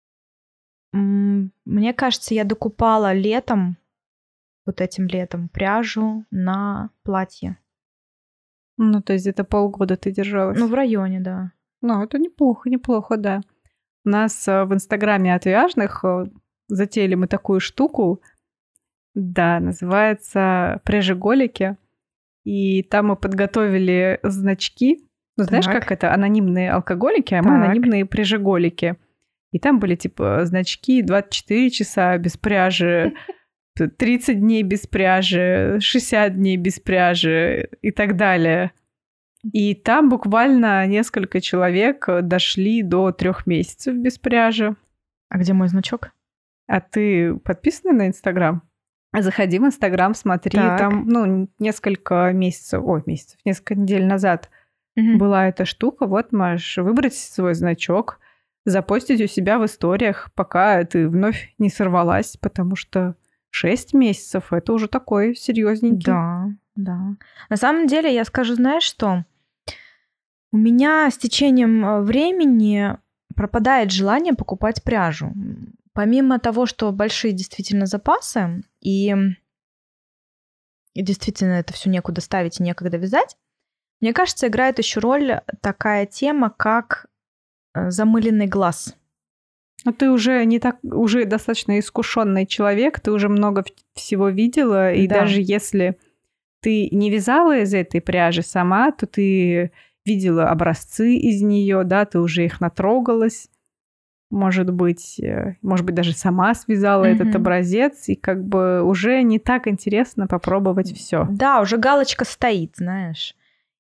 Мне кажется, я докупала летом, вот этим летом, пряжу на платье. То есть где-то полгода ты держалась? В районе, да. Это неплохо, да. У нас в Инстаграме Отвяжных затеяли мы такую штуку, да, называется «Пряжеголики». И там мы подготовили значки. Знаешь, как это? Анонимные алкоголики, а мы анонимные пряжеголики. И там были типа значки 24 часа без пряжи, 30 дней без пряжи, 60 дней без пряжи и так далее. И там буквально несколько человек дошли до 3 месяцев без пряжи. А где мой значок? А ты подписана на Инстаграм? Заходи в Инстаграм, смотри. Так. Там, несколько недель назад была эта штука. Вот можешь выбрать свой значок, запостить у себя в историях, пока ты вновь не сорвалась, потому что 6 месяцев – это уже такой серьезненький. Да. На самом деле, я скажу, знаешь что? У меня с течением времени пропадает желание покупать пряжу. Помимо того, что большие действительно запасы, и действительно это все некуда ставить и некогда вязать, мне кажется, играет еще роль такая тема, как замыленный глаз. Ты уже достаточно искушенный человек, ты уже много всего видела, и даже если ты не вязала из этой пряжи сама, то ты видела образцы из нее, да, ты уже их натрогалась, может быть, даже сама связала этот образец, и как бы уже не так интересно попробовать все. Да, уже галочка стоит, знаешь.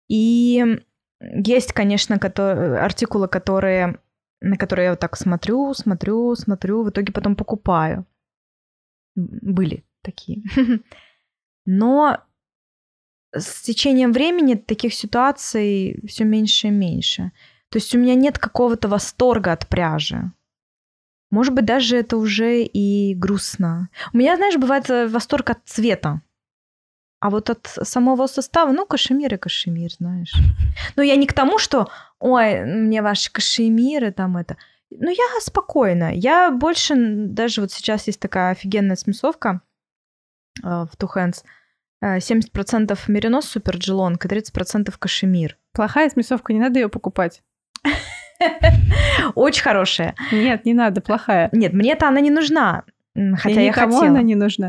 И есть, конечно, артикулы, на которые я вот так смотрю, в итоге потом покупаю. Были такие. Но с течением времени таких ситуаций все меньше и меньше. То есть у меня нет какого-то восторга от пряжи. Может быть, даже это уже и грустно. У меня, знаешь, бывает восторг от цвета. А вот от самого состава, ну, кашемир и кашемир, знаешь. Ну, я не к тому, что, ой, мне ваши кашемиры там это. Ну, я спокойна. Я больше, даже вот сейчас есть такая офигенная смесовка в Two Hands. 70% меринос супер джелонг и 30% кашемир. Плохая смесовка, не надо ее покупать. Очень хорошая. Нет, не надо, плохая. Нет, мне-то она не нужна. Хотя я никому хотела. Она не нужна.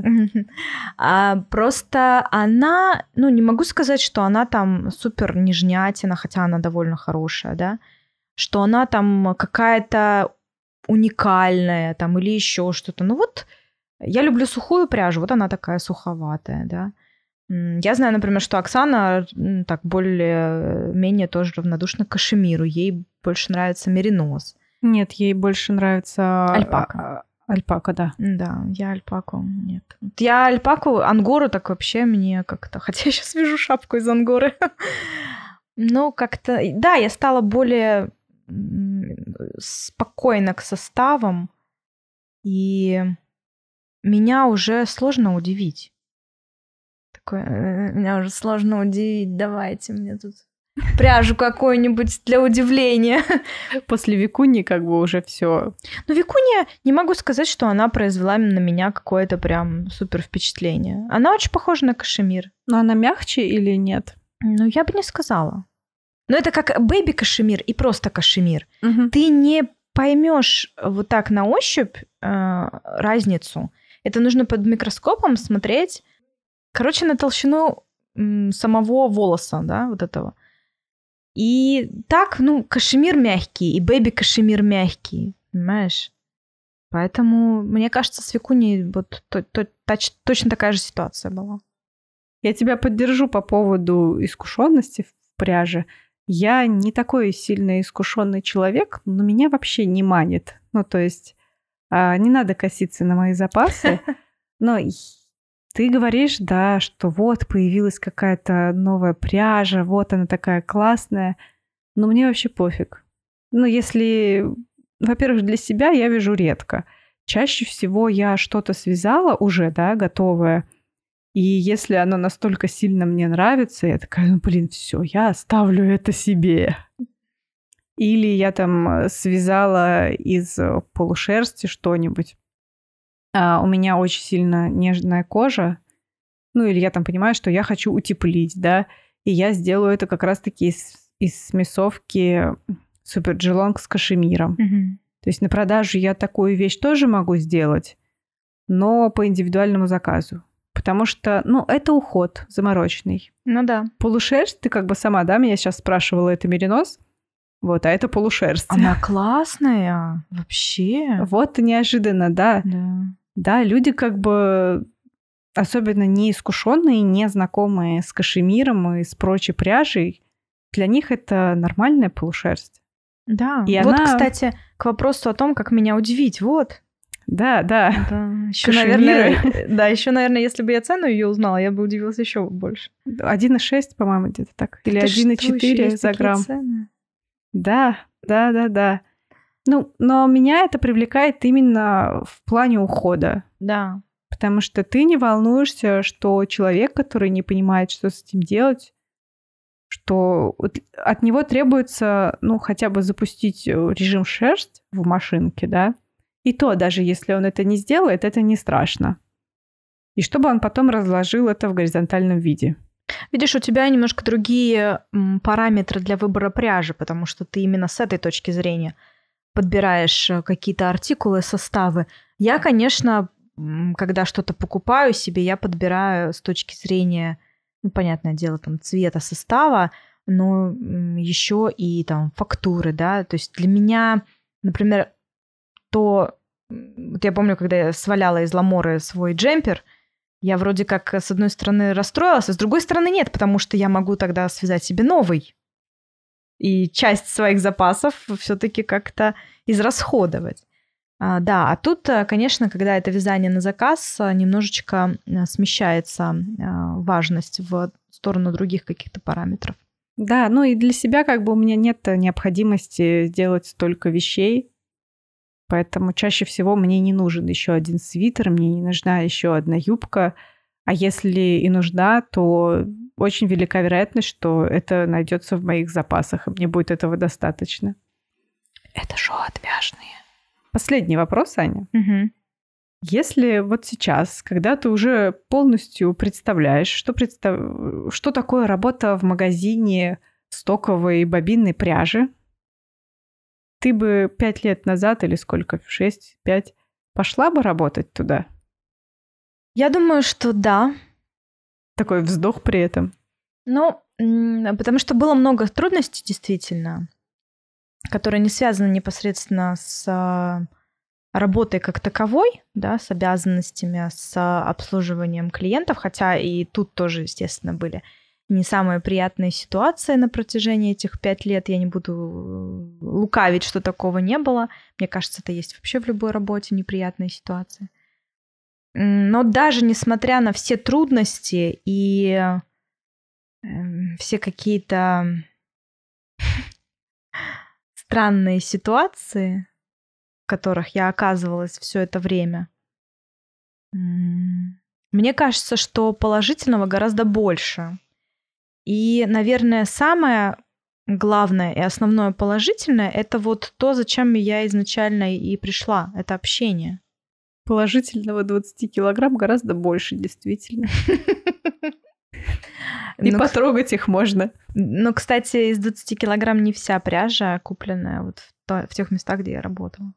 Просто она, ну, не могу сказать, что она там супер нежнятина, хотя она довольно хорошая, да, что она там какая-то уникальная там или еще что-то. Ну вот я люблю сухую пряжу, вот она такая суховатая, да. Я знаю, например, что Оксана так более-менее тоже равнодушна к кашемиру. Ей больше нравится меринос. Нет, ей больше нравится... Альпака. Альпака, да. Да, я альпаку нет. Я альпаку, ангору так вообще мне как-то... Хотя я сейчас вижу шапку из ангоры. Ну, как-то... Да, я стала более спокойна к составам, и меня уже сложно удивить. Меня уже сложно удивить, давайте мне тут пряжу какую-нибудь для удивления. После Викуньи как бы уже все. Ну, Викунья, не могу сказать, что она произвела на меня какое-то прям супер впечатление. Она очень похожа на кашемир. Но она мягче или нет? Ну, я бы не сказала. Но это как бэби кашемир и просто кашемир. Угу. Ты не поймешь вот так на ощупь разницу. Это нужно под микроскопом смотреть. Короче, на толщину самого волоса, да, вот этого. И так, ну, кашемир мягкий, и бэби-кашемир мягкий, понимаешь? Поэтому, мне кажется, с Викуньей вот точно такая же ситуация была. Я тебя поддержу по поводу искушенности в пряже. Я не такой сильно искушенный человек, но меня вообще не манит. Ну, то есть не надо коситься на мои запасы, но... Ты говоришь, да, что вот появилась какая-то новая пряжа, вот она такая классная, но мне вообще пофиг. Ну, если, во-первых, для себя я вяжу редко. Чаще всего я что-то связала уже, да, готовое, и если оно настолько сильно мне нравится, я такая, ну, блин, все, я оставлю это себе. Или я там связала из полушерсти что-нибудь. У меня очень сильно нежная кожа, ну или я там понимаю, что я хочу утеплить, да, и я сделаю это как раз-таки из смесовки Super Gelong с кашемиром. Угу. То есть на продажу я такую вещь тоже могу сделать, но по индивидуальному заказу. Потому что, ну, это уход замороченный. Ну да. Полушерсть, ты как бы сама, да, меня сейчас спрашивала, это меринос? Вот, а это полушерсть. Она классная вообще. Вот неожиданно, да. Да, люди как бы, особенно неискушенные, не знакомые с кашемиром и с прочей пряжей, для них это нормальная полушерсть. Да, и вот, она... кстати, к вопросу о том, как меня удивить, вот. Да. Еще, наверное, если бы я цену ее узнала, я бы удивилась еще больше. 1,6, по-моему, где-то так. Или 1,4 за грамм. Цены? Да. Ну, но меня это привлекает именно в плане ухода. Да. Потому что ты не волнуешься, что человек, который не понимает, что с этим делать, что от него требуется, ну, хотя бы запустить режим шерсть в машинке, да, и то, даже если он это не сделает, это не страшно. И чтобы он потом разложил это в горизонтальном виде. Видишь, у тебя немножко другие параметры для выбора пряжи, потому что ты именно с этой точки зрения подбираешь какие-то артикулы, составы. Я, конечно, когда что-то покупаю себе, я подбираю с точки зрения, ну, понятное дело, там, цвета, состава, но еще и там фактуры, да. То есть для меня, например, вот я помню, когда я сваляла из Ламоры свой джемпер, Я вроде как, с одной стороны, расстроилась, а с другой стороны нет, потому что я могу тогда связать себе новый. И часть своих запасов все-таки как-то израсходовать. Да, а тут, конечно, когда это вязание на заказ, немножечко смещается важность в сторону других каких-то параметров. Да, ну и для себя как бы у меня нет необходимости делать столько вещей, поэтому чаще всего мне не нужен еще один свитер, мне не нужна еще одна юбка, а если и нужна, то очень велика вероятность, что это найдется в моих запасах, и мне будет этого достаточно. Это шоу отвяжные. Последний вопрос, Аня. Угу. Если вот сейчас, когда ты уже полностью представляешь, что такое работа в магазине стоковой бобинной пряжи, ты бы 5 лет назад или сколько, 6-5, пошла бы работать туда? Я думаю, что да. Такой вздох при этом. Ну, потому что было много трудностей, действительно, которые не связаны непосредственно с работой как таковой, да, с обязанностями, с обслуживанием клиентов, хотя и тут тоже, естественно, были не самые приятные ситуации на протяжении этих 5 лет. Я не буду лукавить, что такого не было. Мне кажется, это есть вообще в любой работе неприятные ситуации. Но даже несмотря на все трудности и все какие-то странные ситуации, в которых я оказывалась все это время, мне кажется, что положительного гораздо больше. И, наверное, самое главное и основное положительное — это вот то, зачем я изначально и пришла, это общение. Положительного 20 килограмм гораздо больше, действительно. И потрогать их можно. Ну, кстати, из 20 килограмм не вся пряжа купленная вот в тех местах, где я работала.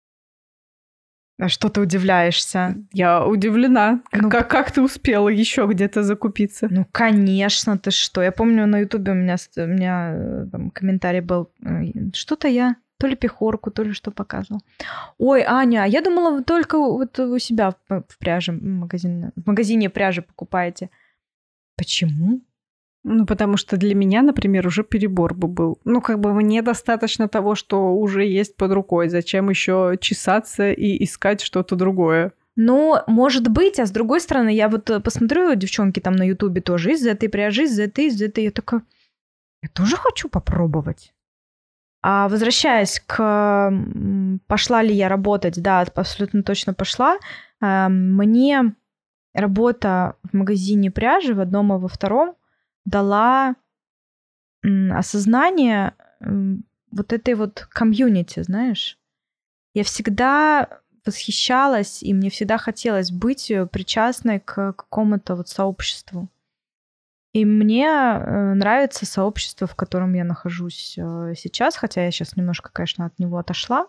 А что ты удивляешься? Я удивлена. Как ты успела еще где-то закупиться? Ну, конечно, ты что? Я помню, на Ютубе у меня там комментарий был. Что-то я то ли пехорку, то ли что показывал. Ой, Аня, я думала, вы только вот у себя в пряже в магазине пряжи покупаете. Почему? Ну, потому что для меня, например, уже перебор бы был. Ну, как бы мне достаточно того, что уже есть под рукой. Зачем еще чесаться и искать что-то другое? Ну, может быть, а с другой стороны, я вот посмотрю, девчонки там на Ютубе тоже из этой пряжи, из этой. Я такая, я тоже хочу попробовать. А возвращаясь к пошла ли я работать, да, абсолютно точно пошла. Мне работа в магазине пряжи в одном и во втором дала осознание вот этой вот комьюнити, знаешь. Я всегда восхищалась, и мне всегда хотелось быть причастной к какому-то вот сообществу. И мне нравится сообщество, в котором я нахожусь сейчас, хотя я сейчас немножко, конечно, от него отошла.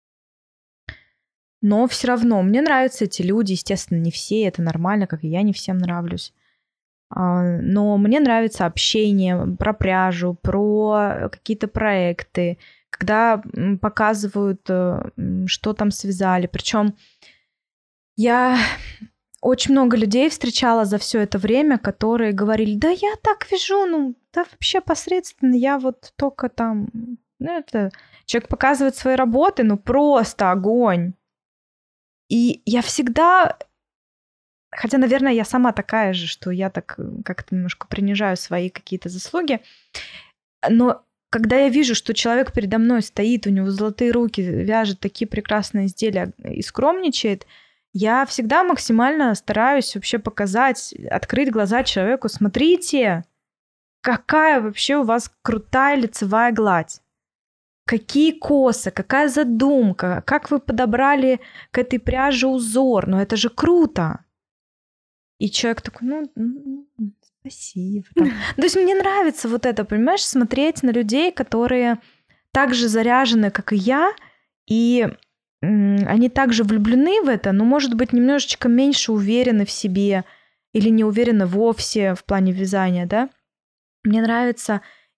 Но все равно мне нравятся эти люди, естественно, не все, это нормально, как и я не всем нравлюсь. Но мне нравится общение про пряжу, про какие-то проекты, когда показывают, что там связали. Причем я очень много людей встречала за все это время, которые говорили, да я так вяжу, ну да вообще посредственно, я вот только там... Ну, это... Человек показывает свои работы, ну просто огонь. И я всегда... Хотя, наверное, я сама такая же, что я так как-то немножко принижаю свои какие-то заслуги. Но когда я вижу, что человек передо мной стоит, у него золотые руки, вяжет такие прекрасные изделия и скромничает, я всегда максимально стараюсь вообще показать, открыть глаза человеку. Смотрите, какая вообще у вас крутая лицевая гладь. Какие косы, какая задумка, как вы подобрали к этой пряже узор. Ну это же круто. И человек такой, ну спасибо. То есть мне нравится вот это, понимаешь, смотреть на людей, которые так же заряжены, как и я, и они также влюблены в это, но, может быть, немножечко меньше уверены в себе или не уверены вовсе в плане вязания, да. Мне нравится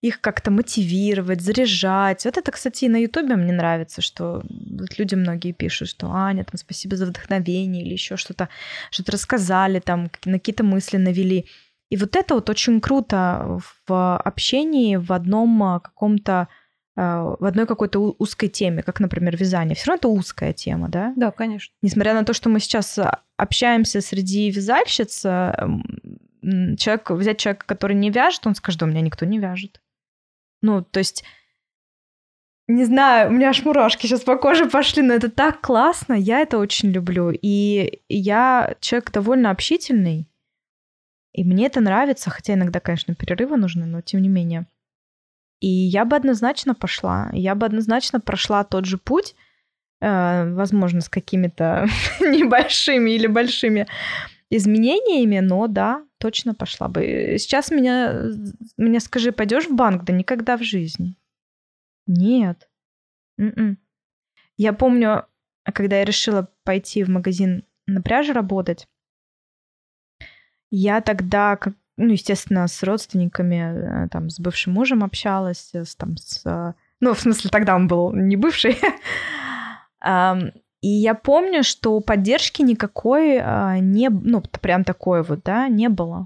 их как-то мотивировать, заряжать. Вот это, кстати, и на Ютубе мне нравится, что вот люди многие пишут, что Аня, там, спасибо за вдохновение или еще что-то рассказали, там, на какие-то мысли навели. И вот это вот очень круто в общении в одном каком-то, в одной какой-то узкой теме, как, например, вязание. Все равно это узкая тема, да? Да, конечно. Несмотря на то, что мы сейчас общаемся среди вязальщиц, взять человека, который не вяжет, он скажет, да, у меня никто не вяжет. Ну, то есть, не знаю, у меня аж мурашки сейчас по коже пошли, но это так классно, я это очень люблю. И я человек довольно общительный, и мне это нравится, хотя иногда, конечно, перерывы нужны, но тем не менее. И я бы однозначно пошла, я бы однозначно прошла тот же путь, возможно, с какими-то небольшими или большими изменениями, но да, точно пошла бы. Сейчас меня скажи, пойдешь в банк? Да никогда в жизни. Нет. Я помню, когда я решила пойти в магазин на пряже работать, я тогда, естественно, с родственниками, там, с бывшим мужем общалась, ну, в смысле, тогда он был не бывший. И я помню, что поддержки никакой прям такой вот, да, не было.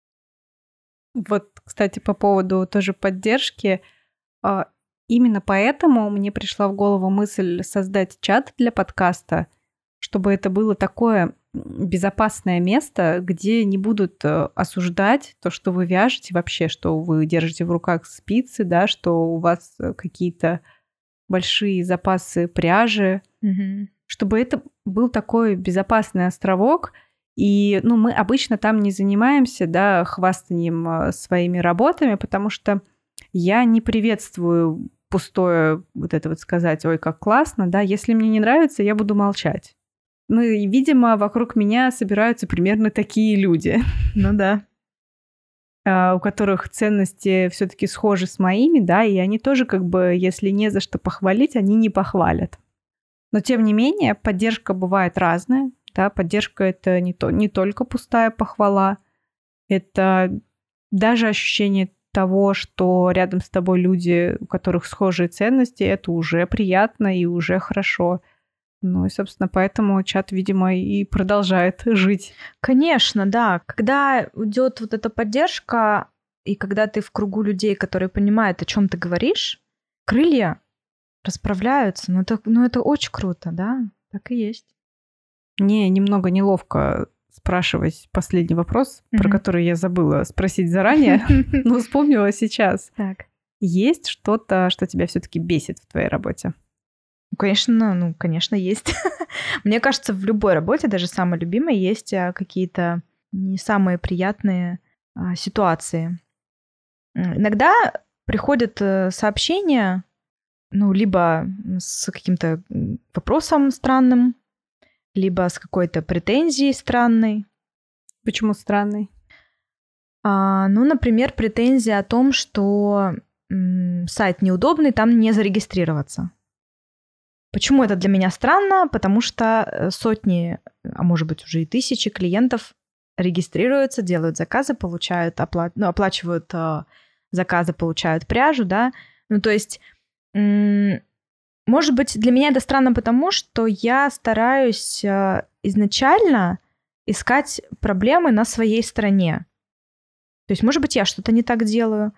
Вот, кстати, по поводу тоже поддержки, именно поэтому мне пришла в голову мысль создать чат для подкаста, чтобы это было такое безопасное место, где не будут осуждать то, что вы вяжете вообще, что вы держите в руках спицы, да, что у вас какие-то большие запасы пряжи, чтобы это был такой безопасный островок. И мы обычно там не занимаемся, да, хвастанием своими работами, потому что я не приветствую пустое вот это вот сказать, ой, как классно, да, если мне не нравится, я буду молчать. И, видимо, вокруг меня собираются примерно такие люди. Ну да. У которых ценности все-таки схожи с моими, да, и они тоже как бы, если не за что похвалить, они не похвалят. Но, тем не менее, поддержка бывает разная, да, поддержка — это не только пустая похвала, это даже ощущение того, что рядом с тобой люди, у которых схожие ценности, это уже приятно и уже хорошо. Ну и, собственно, поэтому чат, видимо, и продолжает жить. Конечно, да. Когда идет вот эта поддержка, и когда ты в кругу людей, которые понимают, о чем ты говоришь, крылья расправляются. Ну, это очень круто, да? Так и есть. Мне немного неловко спрашивать последний вопрос, про который я забыла спросить заранее, но вспомнила сейчас. Так. Есть что-то, что тебя все-таки бесит в твоей работе? Конечно, есть. Мне кажется, в любой работе, даже самой любимой, есть какие-то не самые приятные ситуации. Иногда приходят сообщения, либо с каким-то вопросом странным, либо с какой-то претензией странной. Почему странной? Например, претензия о том, что сайт неудобный, там не зарегистрироваться. Почему это для меня странно? Потому что сотни, а может быть уже и тысячи клиентов регистрируются, делают заказы, получают оплачивают заказы, получают пряжу, да. То есть, может быть, для меня это странно, потому что я стараюсь изначально искать проблемы на своей стороне. То есть, может быть, я что-то не так делаю,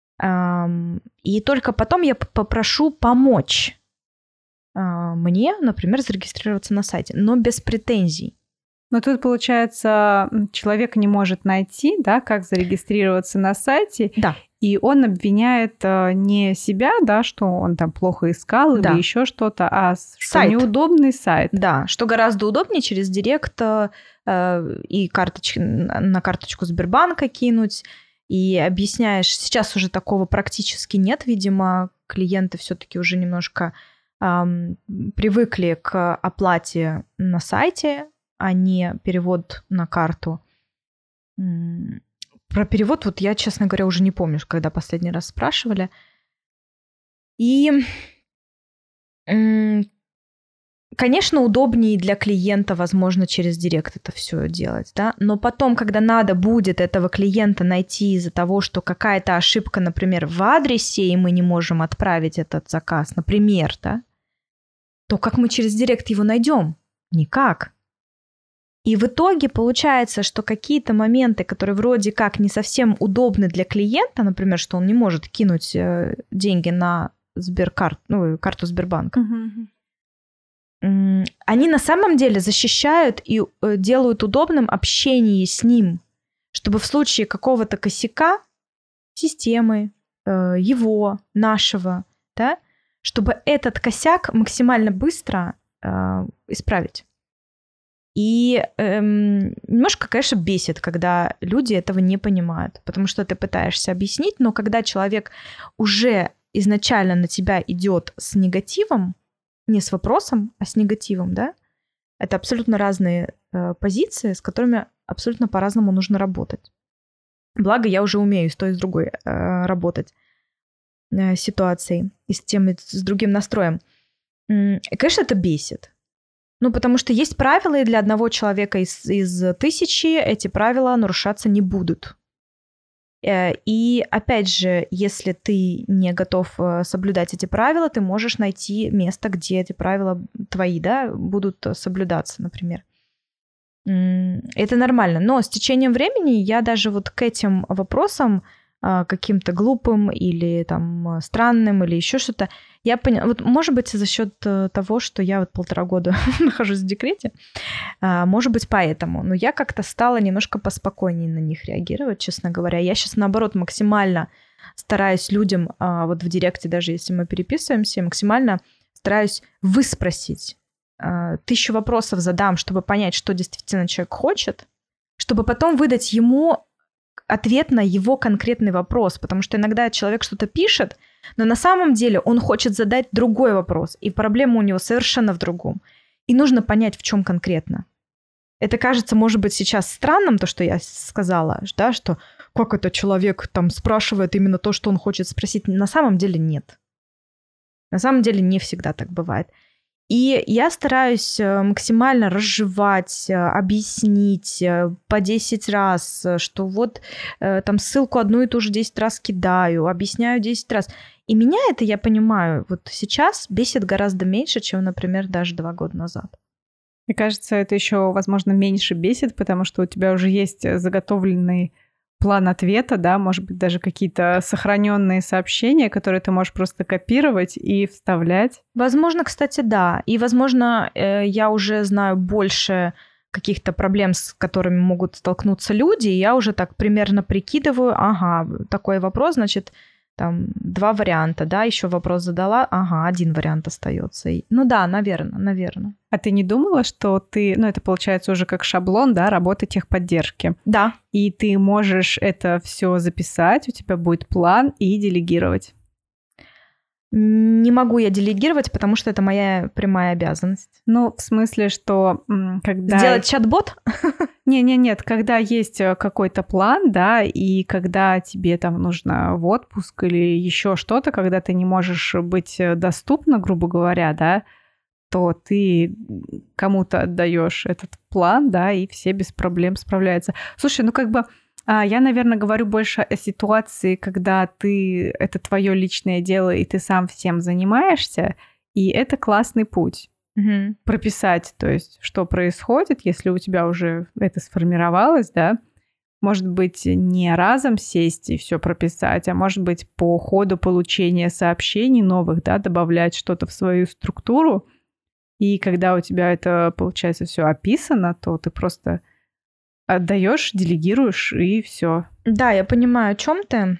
и только потом я попрошу помочь мне, например, зарегистрироваться на сайте, но без претензий. Но тут, получается, человек не может найти, да, как зарегистрироваться на сайте, да. И он обвиняет не себя, да, что он там плохо искал или еще что-то, а что неудобный сайт. Да, что гораздо удобнее через Директ и на карточку Сбербанка кинуть, и объясняешь. Сейчас уже такого практически нет, видимо, клиенты все-таки уже немножко привыкли к оплате на сайте, а не перевод на карту. Про перевод вот я, честно говоря, уже не помню, когда последний раз спрашивали. И Конечно, удобнее для клиента, возможно, через директ это все делать, да, но потом, когда надо будет этого клиента найти из-за того, что какая-то ошибка, например, в адресе, и мы не можем отправить этот заказ, например, да, то как мы через директ его найдем? Никак. И в итоге получается, что какие-то моменты, которые вроде как не совсем удобны для клиента, например, что он не может кинуть деньги на карту Сбербанка, они на самом деле защищают и делают удобным общение с ним, чтобы в случае какого-то косяка системы, его, нашего, да, чтобы этот косяк максимально быстро исправить. И немножко, конечно, бесит, когда люди этого не понимают, потому что ты пытаешься объяснить, но когда человек уже изначально на тебя идет с негативом, не с вопросом, а с негативом, да, это абсолютно разные позиции, с которыми абсолютно по-разному нужно работать. Благо, я уже умею с той и с другой работать ситуацией и с тем, и с другим настроем. И, конечно, это бесит. Ну, потому что есть правила, и для одного человека из 1000 эти правила нарушаться не будут. И, опять же, если ты не готов соблюдать эти правила, ты можешь найти место, где эти правила твои, да, будут соблюдаться, например. Это нормально. Но с течением времени я даже вот к этим вопросам каким-то глупым или там странным или еще что-то, я поняла, вот может быть за счет того, что я вот 1,5 года нахожусь в декрете, может быть поэтому, но я как-то стала немножко поспокойнее на них реагировать, честно говоря. Я сейчас наоборот максимально стараюсь людям, вот в директе даже если мы переписываемся, максимально стараюсь выспросить, 1000 вопросов задам, чтобы понять, что действительно человек хочет, чтобы потом выдать ему ответ на его конкретный вопрос, потому что иногда человек что-то пишет, но на самом деле он хочет задать другой вопрос, и проблема у него совершенно в другом. И нужно понять, в чем конкретно. Это кажется, может быть, сейчас странным, то, что я сказала, да, что как это человек там спрашивает именно то, что он хочет спросить. На самом деле нет. На самом деле не всегда так бывает. И я стараюсь максимально разжевать, объяснить по 10 раз, что вот там ссылку одну и ту же 10 раз кидаю, объясняю 10 раз. И меня это, я понимаю, вот сейчас бесит гораздо меньше, чем, например, даже 2 года назад. Мне кажется, это еще, возможно, меньше бесит, потому что у тебя уже есть заготовленный план ответа, да, может быть, даже какие-то сохраненные сообщения, которые ты можешь просто копировать и вставлять. Возможно, кстати, да. И, возможно, я уже знаю больше каких-то проблем, с которыми могут столкнуться люди, и я уже так примерно прикидываю, ага, такой вопрос, значит, там 2 варианта, да, еще вопрос задала, ага, 1 вариант остается. Ну да, наверное. А ты не думала, что ты, ну это получается уже как шаблон, да, работы техподдержки? Да. И ты можешь это все записать, у тебя будет план и делегировать. Не могу я делегировать, потому что это моя прямая обязанность. Ну, в смысле, что когда... Сделать чат-бот? Нет, когда есть какой-то план, да, и когда тебе там нужно в отпуск или еще что-то, когда ты не можешь быть доступна, грубо говоря, да, то ты кому-то отдаешь этот план, да, и все без проблем справляются. Слушай, ну как бы я, наверное, говорю больше о ситуации, когда это твое личное дело, и ты сам всем занимаешься, и это классный путь. Прописать, то есть, что происходит, если у тебя уже это сформировалось, да, может быть, не разом сесть и все прописать, а может быть, по ходу получения сообщений новых, да, добавлять что-то в свою структуру, и когда у тебя это, получается, все описано, то ты просто отдаешь, делегируешь, и все. Да, я понимаю, о чем ты,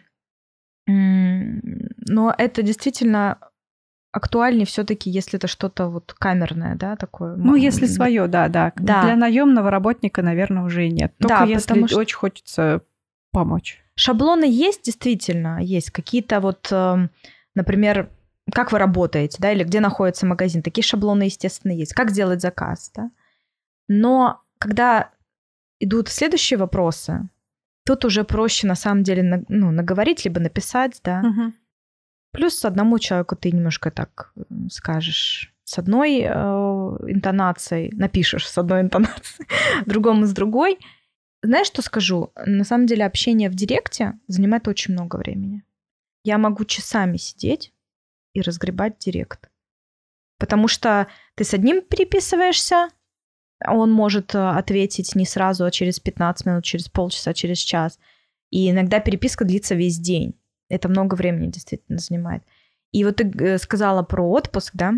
но это действительно актуальнее все-таки, если это что-то вот камерное, да, такое. Ну, если свое, да. Для наемного работника, наверное, уже и нет. Только если очень хочется помочь. Шаблоны есть, действительно, есть. Какие-то вот, например, как вы работаете, да, или где находится магазин. Такие шаблоны, естественно, есть. Как сделать заказ, да. Но когда идут следующие вопросы, тут уже проще, на самом деле, наговорить, либо написать, да. Плюс одному человеку ты немножко так скажешь с одной интонацией напишешь с одной интонацией, другому с другой. Знаешь, что скажу? На самом деле общение в директе занимает очень много времени. Я могу часами сидеть и разгребать директ. Потому что ты с одним переписываешься, он может ответить не сразу, а через 15 минут, через полчаса, через час. И иногда переписка длится весь день. Это много времени действительно занимает. И вот ты сказала про отпуск, да?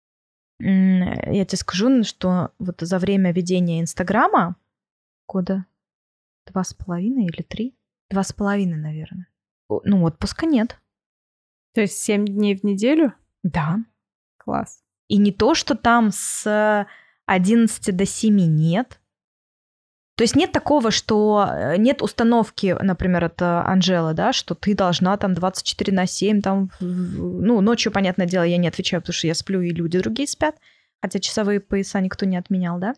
Я тебе скажу, что вот за время ведения Инстаграма года 2,5 или 3? 2,5, наверное. Ну, отпуска нет. То есть 7 дней в неделю? Да. Класс. И не то, что там с 11 до 7 нет. То есть нет такого, что нет установки, например, от Анжелы, да, что ты должна там 24/7, там, ну, ночью, понятное дело, я не отвечаю, потому что я сплю, и люди другие спят, хотя часовые пояса никто не отменял, да.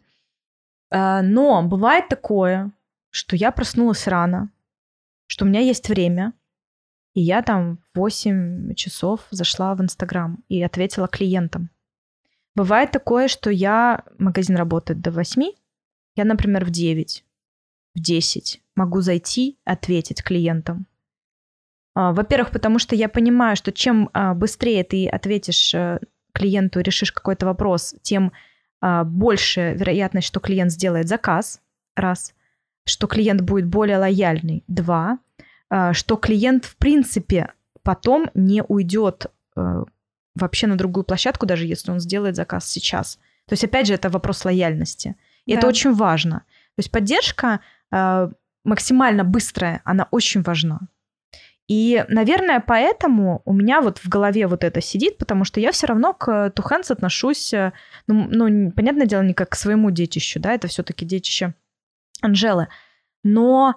Но бывает такое, что я проснулась рано, что у меня есть время, и я там в 8 часов зашла в Инстаграм и ответила клиентам. Бывает такое, что магазин работает до 8, я, например, в 9, в 10 могу зайти, ответить клиентам. Во-первых, потому что я понимаю, что чем быстрее ты ответишь клиенту, решишь какой-то вопрос, тем больше вероятность, что клиент сделает заказ, раз, что клиент будет более лояльный, два, что клиент, в принципе, потом не уйдет вообще на другую площадку, даже если он сделает заказ сейчас. То есть, опять же, это вопрос лояльности. И это очень важно. То есть поддержка максимально быстрая, она очень важна. И, наверное, поэтому у меня вот в голове вот это сидит, потому что я все равно к Two-Hands отношусь, ну, понятное дело, не как к своему детищу, да, это все-таки детище Анжелы. Но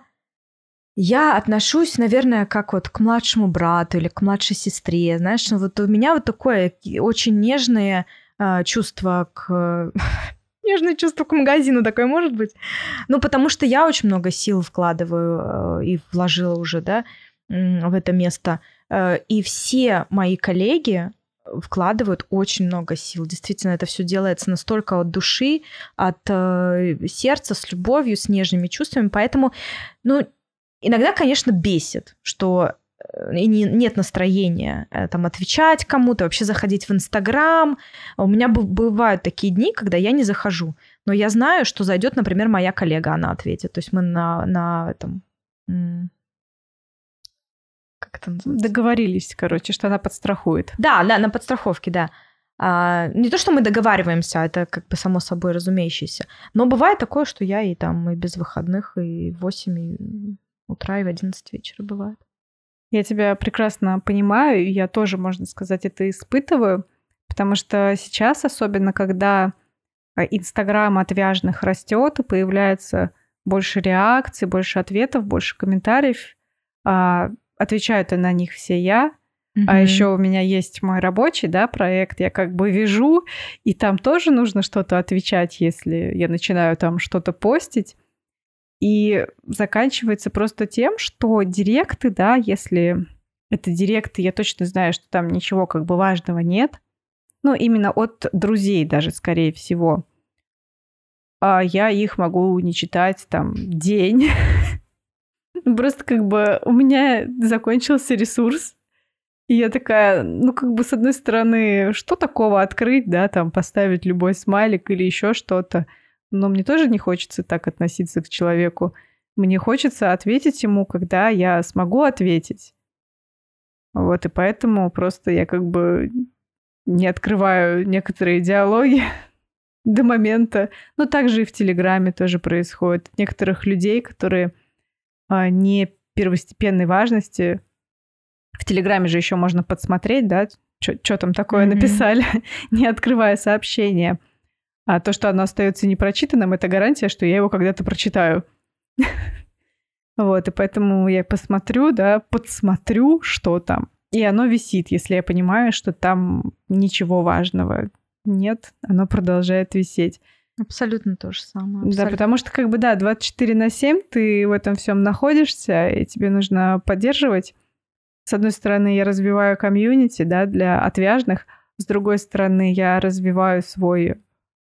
я отношусь, наверное, как вот к младшему брату или к младшей сестре. Знаешь, вот у меня вот такое очень нежное чувство к... Нежное чувство к магазину такое может быть. Ну, потому что я очень много сил вкладываю и вложила уже, да, в это место. И все мои коллеги вкладывают очень много сил. Действительно, это все делается настолько от души, от сердца, с любовью, с нежными чувствами. Поэтому, ну, иногда, конечно, бесит, что нет настроения там отвечать кому-то, вообще заходить в Инстаграм. У меня бывают такие дни, когда я не захожу. Но я знаю, что зайдет, например, моя коллега, она ответит. То есть мы на этом... Как это называется? Договорились, короче, что она подстрахует. Да, на подстраховке, да. Не то, что мы договариваемся, это как бы само собой разумеющееся. Но бывает такое, что я и там и без выходных, и в 8 утра, и в 11 вечера бывает. Я тебя прекрасно понимаю, и я тоже, можно сказать, это испытываю, потому что сейчас, особенно когда Инстаграм отвяжных растет, и появляется больше реакций, больше ответов, больше комментариев, отвечаю на них все я. А еще у меня есть мой рабочий, да, проект, я как бы вяжу, и там тоже нужно что-то отвечать, если я начинаю там что-то постить. И заканчивается просто тем, что директы, да, если это директы, я точно знаю, что там ничего как бы важного нет, ну, именно от друзей даже, скорее всего, я их могу не читать там день. Просто как бы у меня закончился ресурс, и я такая, ну, как бы с одной стороны, что такого открыть, да, там поставить любой смайлик или еще что-то. Но мне тоже не хочется так относиться к человеку. Мне хочется ответить ему, когда я смогу ответить. Вот, и поэтому просто я как бы не открываю некоторые диалоги до момента. Но также и в Телеграме тоже происходит. Некоторых людей, которые не первостепенной важности. В Телеграме же еще можно подсмотреть, да, что там такое написали, не открывая сообщение. А то, что оно остается непрочитанным, это гарантия, что я его когда-то прочитаю. Вот, и поэтому я посмотрю, да, подсмотрю, что там. И оно висит, если я понимаю, что там ничего важного нет, оно продолжает висеть. Абсолютно то же самое. Абсолютно. Да, потому что, как бы, да, 24/7 ты в этом всем находишься, и тебе нужно поддерживать. С одной стороны, я развиваю комьюнити, да, для отвяжных. С другой стороны, я развиваю свой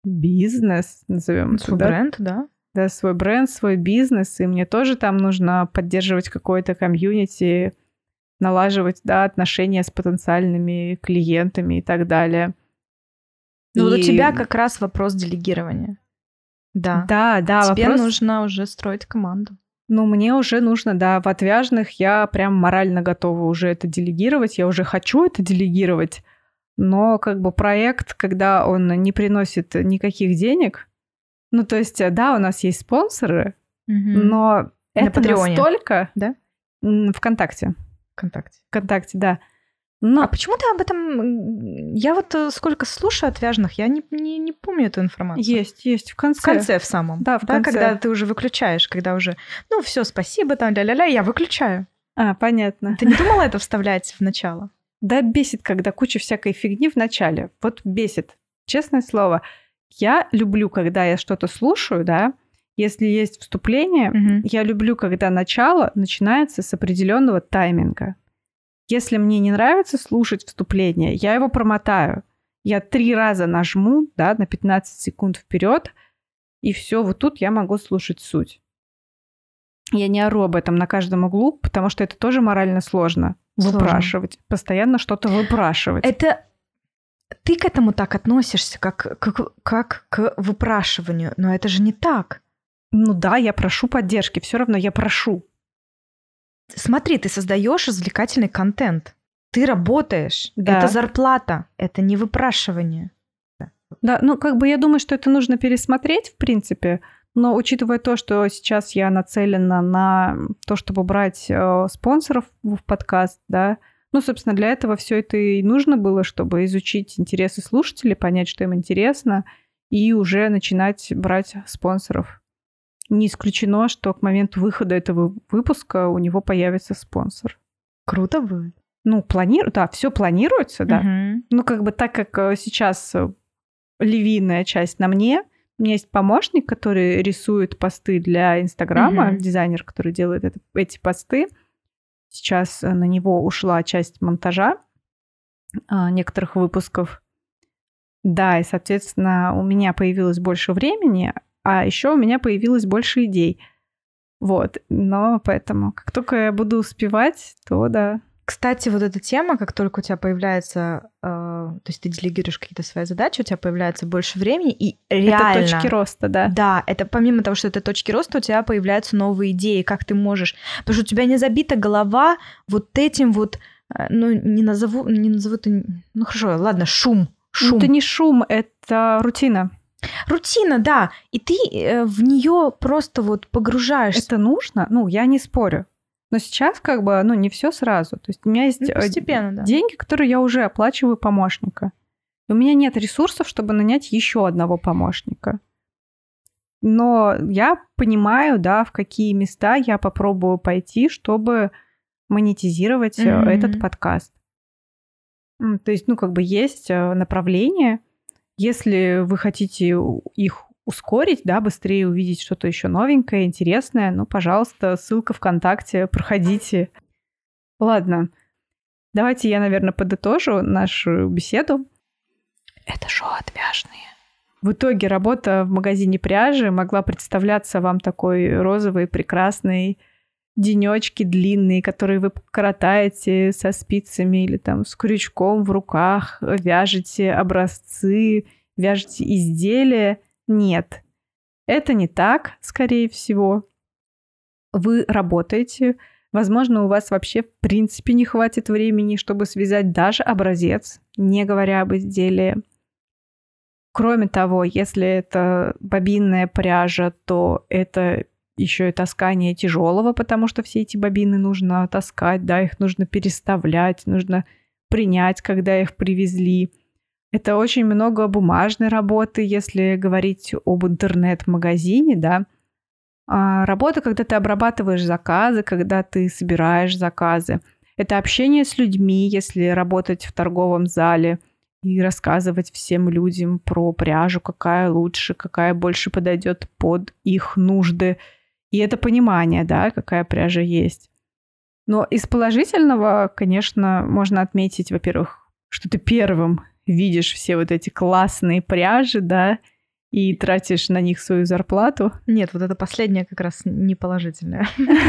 бизнес, назовем это, Свой бренд, да? Да, свой бренд, свой бизнес, и мне тоже там нужно поддерживать какое-то комьюнити, налаживать, да, отношения с потенциальными клиентами и так далее. Ну, вот у тебя как раз вопрос делегирования. Да. Да, тебе нужно уже строить команду. Ну, мне уже нужно, да, в Отвяжных я прям морально готова уже это делегировать, я уже хочу это делегировать, но как бы проект, когда он не приносит никаких денег, ну, то есть, да, у нас есть спонсоры, но это настолько... Да? ВКонтакте. ВКонтакте, да. Но... А почему ты об этом... Я вот сколько слушаю Отвяжных, я не помню эту информацию. Есть, в конце. В конце в самом. Да, в конце. Когда ты уже выключаешь, когда уже, ну, все, спасибо, там, ля-ля-ля, я выключаю. Понятно. Ты не думала это вставлять в начало? Да, бесит, когда куча всякой фигни в начале. Вот бесит. Честное слово. Я люблю, когда я что-то слушаю, да, если есть вступление, я люблю, когда начало начинается с определенного тайминга. Если мне не нравится слушать вступление, я его промотаю. Я 3 раза нажму, да, на 15 секунд вперед, и все, вот тут я могу слушать суть. Я не ору об этом на каждом углу, потому что это тоже морально сложно. Выпрашивать. Постоянно что-то выпрашивать. Это ты к этому так относишься, как к выпрашиванию, но это же не так. Ну да, я прошу поддержки, все равно я прошу. Смотри, ты создаешь развлекательный контент. Ты работаешь. Да. Это зарплата. Это не выпрашивание. Да, ну как бы я думаю, что это нужно пересмотреть, в принципе. Но учитывая то, что сейчас я нацелена на то, чтобы брать спонсоров в подкаст, да, ну, собственно, для этого все это и нужно было, чтобы изучить интересы слушателей, понять, что им интересно, и уже начинать брать спонсоров. Не исключено, что к моменту выхода этого выпуска у него появится спонсор. Круто будет. Ну, да, все планируется, да. Ну, как бы так как сейчас львиная часть на мне, у меня есть помощник, который рисует посты для Инстаграма, дизайнер, который делает эти посты. Сейчас на него ушла часть монтажа некоторых выпусков. Да, и, соответственно, у меня появилось больше времени, а еще у меня появилось больше идей. Вот. Но поэтому, как только я буду успевать, то да. Кстати, вот эта тема, как только у тебя появляется, то есть ты делегируешь какие-то свои задачи, у тебя появляется больше времени, и реально... Это точки роста, да. Да, это помимо того, что это точки роста, у тебя появляются новые идеи, как ты можешь... Потому что у тебя не забита голова вот этим вот, ну, не назову... Ну, хорошо, ладно, шум. Ну, это не шум, это рутина. Рутина, да, и ты в нее просто вот погружаешься. Это нужно? Ну, я не спорю. Но сейчас как бы, ну, не все сразу. То есть у меня есть деньги, которые я уже оплачиваю помощника. И у меня нет ресурсов, чтобы нанять еще одного помощника. Но я понимаю, да, в какие места я попробую пойти, чтобы монетизировать этот подкаст. То есть, ну, как бы есть направление. Если вы хотите их ускорить, да, быстрее увидеть что-то еще новенькое, интересное, ну, пожалуйста, ссылка ВКонтакте, проходите. Ладно, давайте я, наверное, подытожу нашу беседу. Это шоу «Отвяжные». В итоге работа в магазине пряжи могла представляться вам такой розовой, прекрасной, денечки длинные, которые вы коротаете со спицами или там с крючком в руках, вяжете образцы, вяжете изделия. Нет, это не так, скорее всего. Вы работаете, возможно, у вас вообще в принципе не хватит времени, чтобы связать даже образец, не говоря об изделии. Кроме того, если это бобинная пряжа, то это еще и таскание тяжелого, потому что все эти бобины нужно таскать, да, их нужно переставлять, нужно принять, когда их привезли. Это очень много бумажной работы, если говорить об интернет-магазине, да. Работа, когда ты обрабатываешь заказы, когда ты собираешь заказы. Это общение с людьми, если работать в торговом зале и рассказывать всем людям про пряжу, какая лучше, какая больше подойдет под их нужды. И это понимание, да, какая пряжа есть. Но из положительного, конечно, можно отметить, во-первых, что ты первым видишь все вот эти классные пряжи, да, и тратишь на них свою зарплату. Нет, вот это последнее как раз не положительное.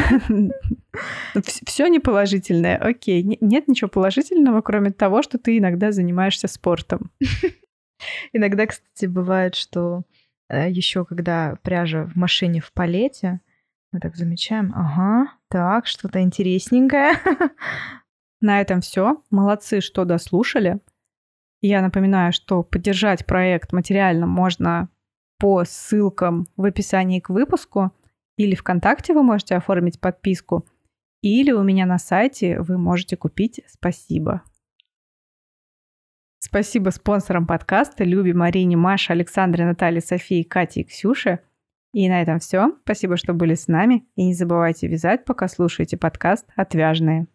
Все не положительное, окей. Нет ничего положительного, кроме того, что ты иногда занимаешься спортом. Иногда, кстати, бывает, что еще когда пряжа в машине в палете, мы так замечаем, ага, так, что-то интересненькое. На этом все. Молодцы, что дослушали. Я напоминаю, что поддержать проект материально можно по ссылкам в описании к выпуску, или ВКонтакте вы можете оформить подписку, или у меня на сайте вы можете купить «Спасибо». Спасибо спонсорам подкаста Любе, Марине, Маше, Александре, Наталье, Софии, Кате и Ксюше. И на этом все. Спасибо, что были с нами. И не забывайте вязать, пока слушаете подкаст «Отвяжные».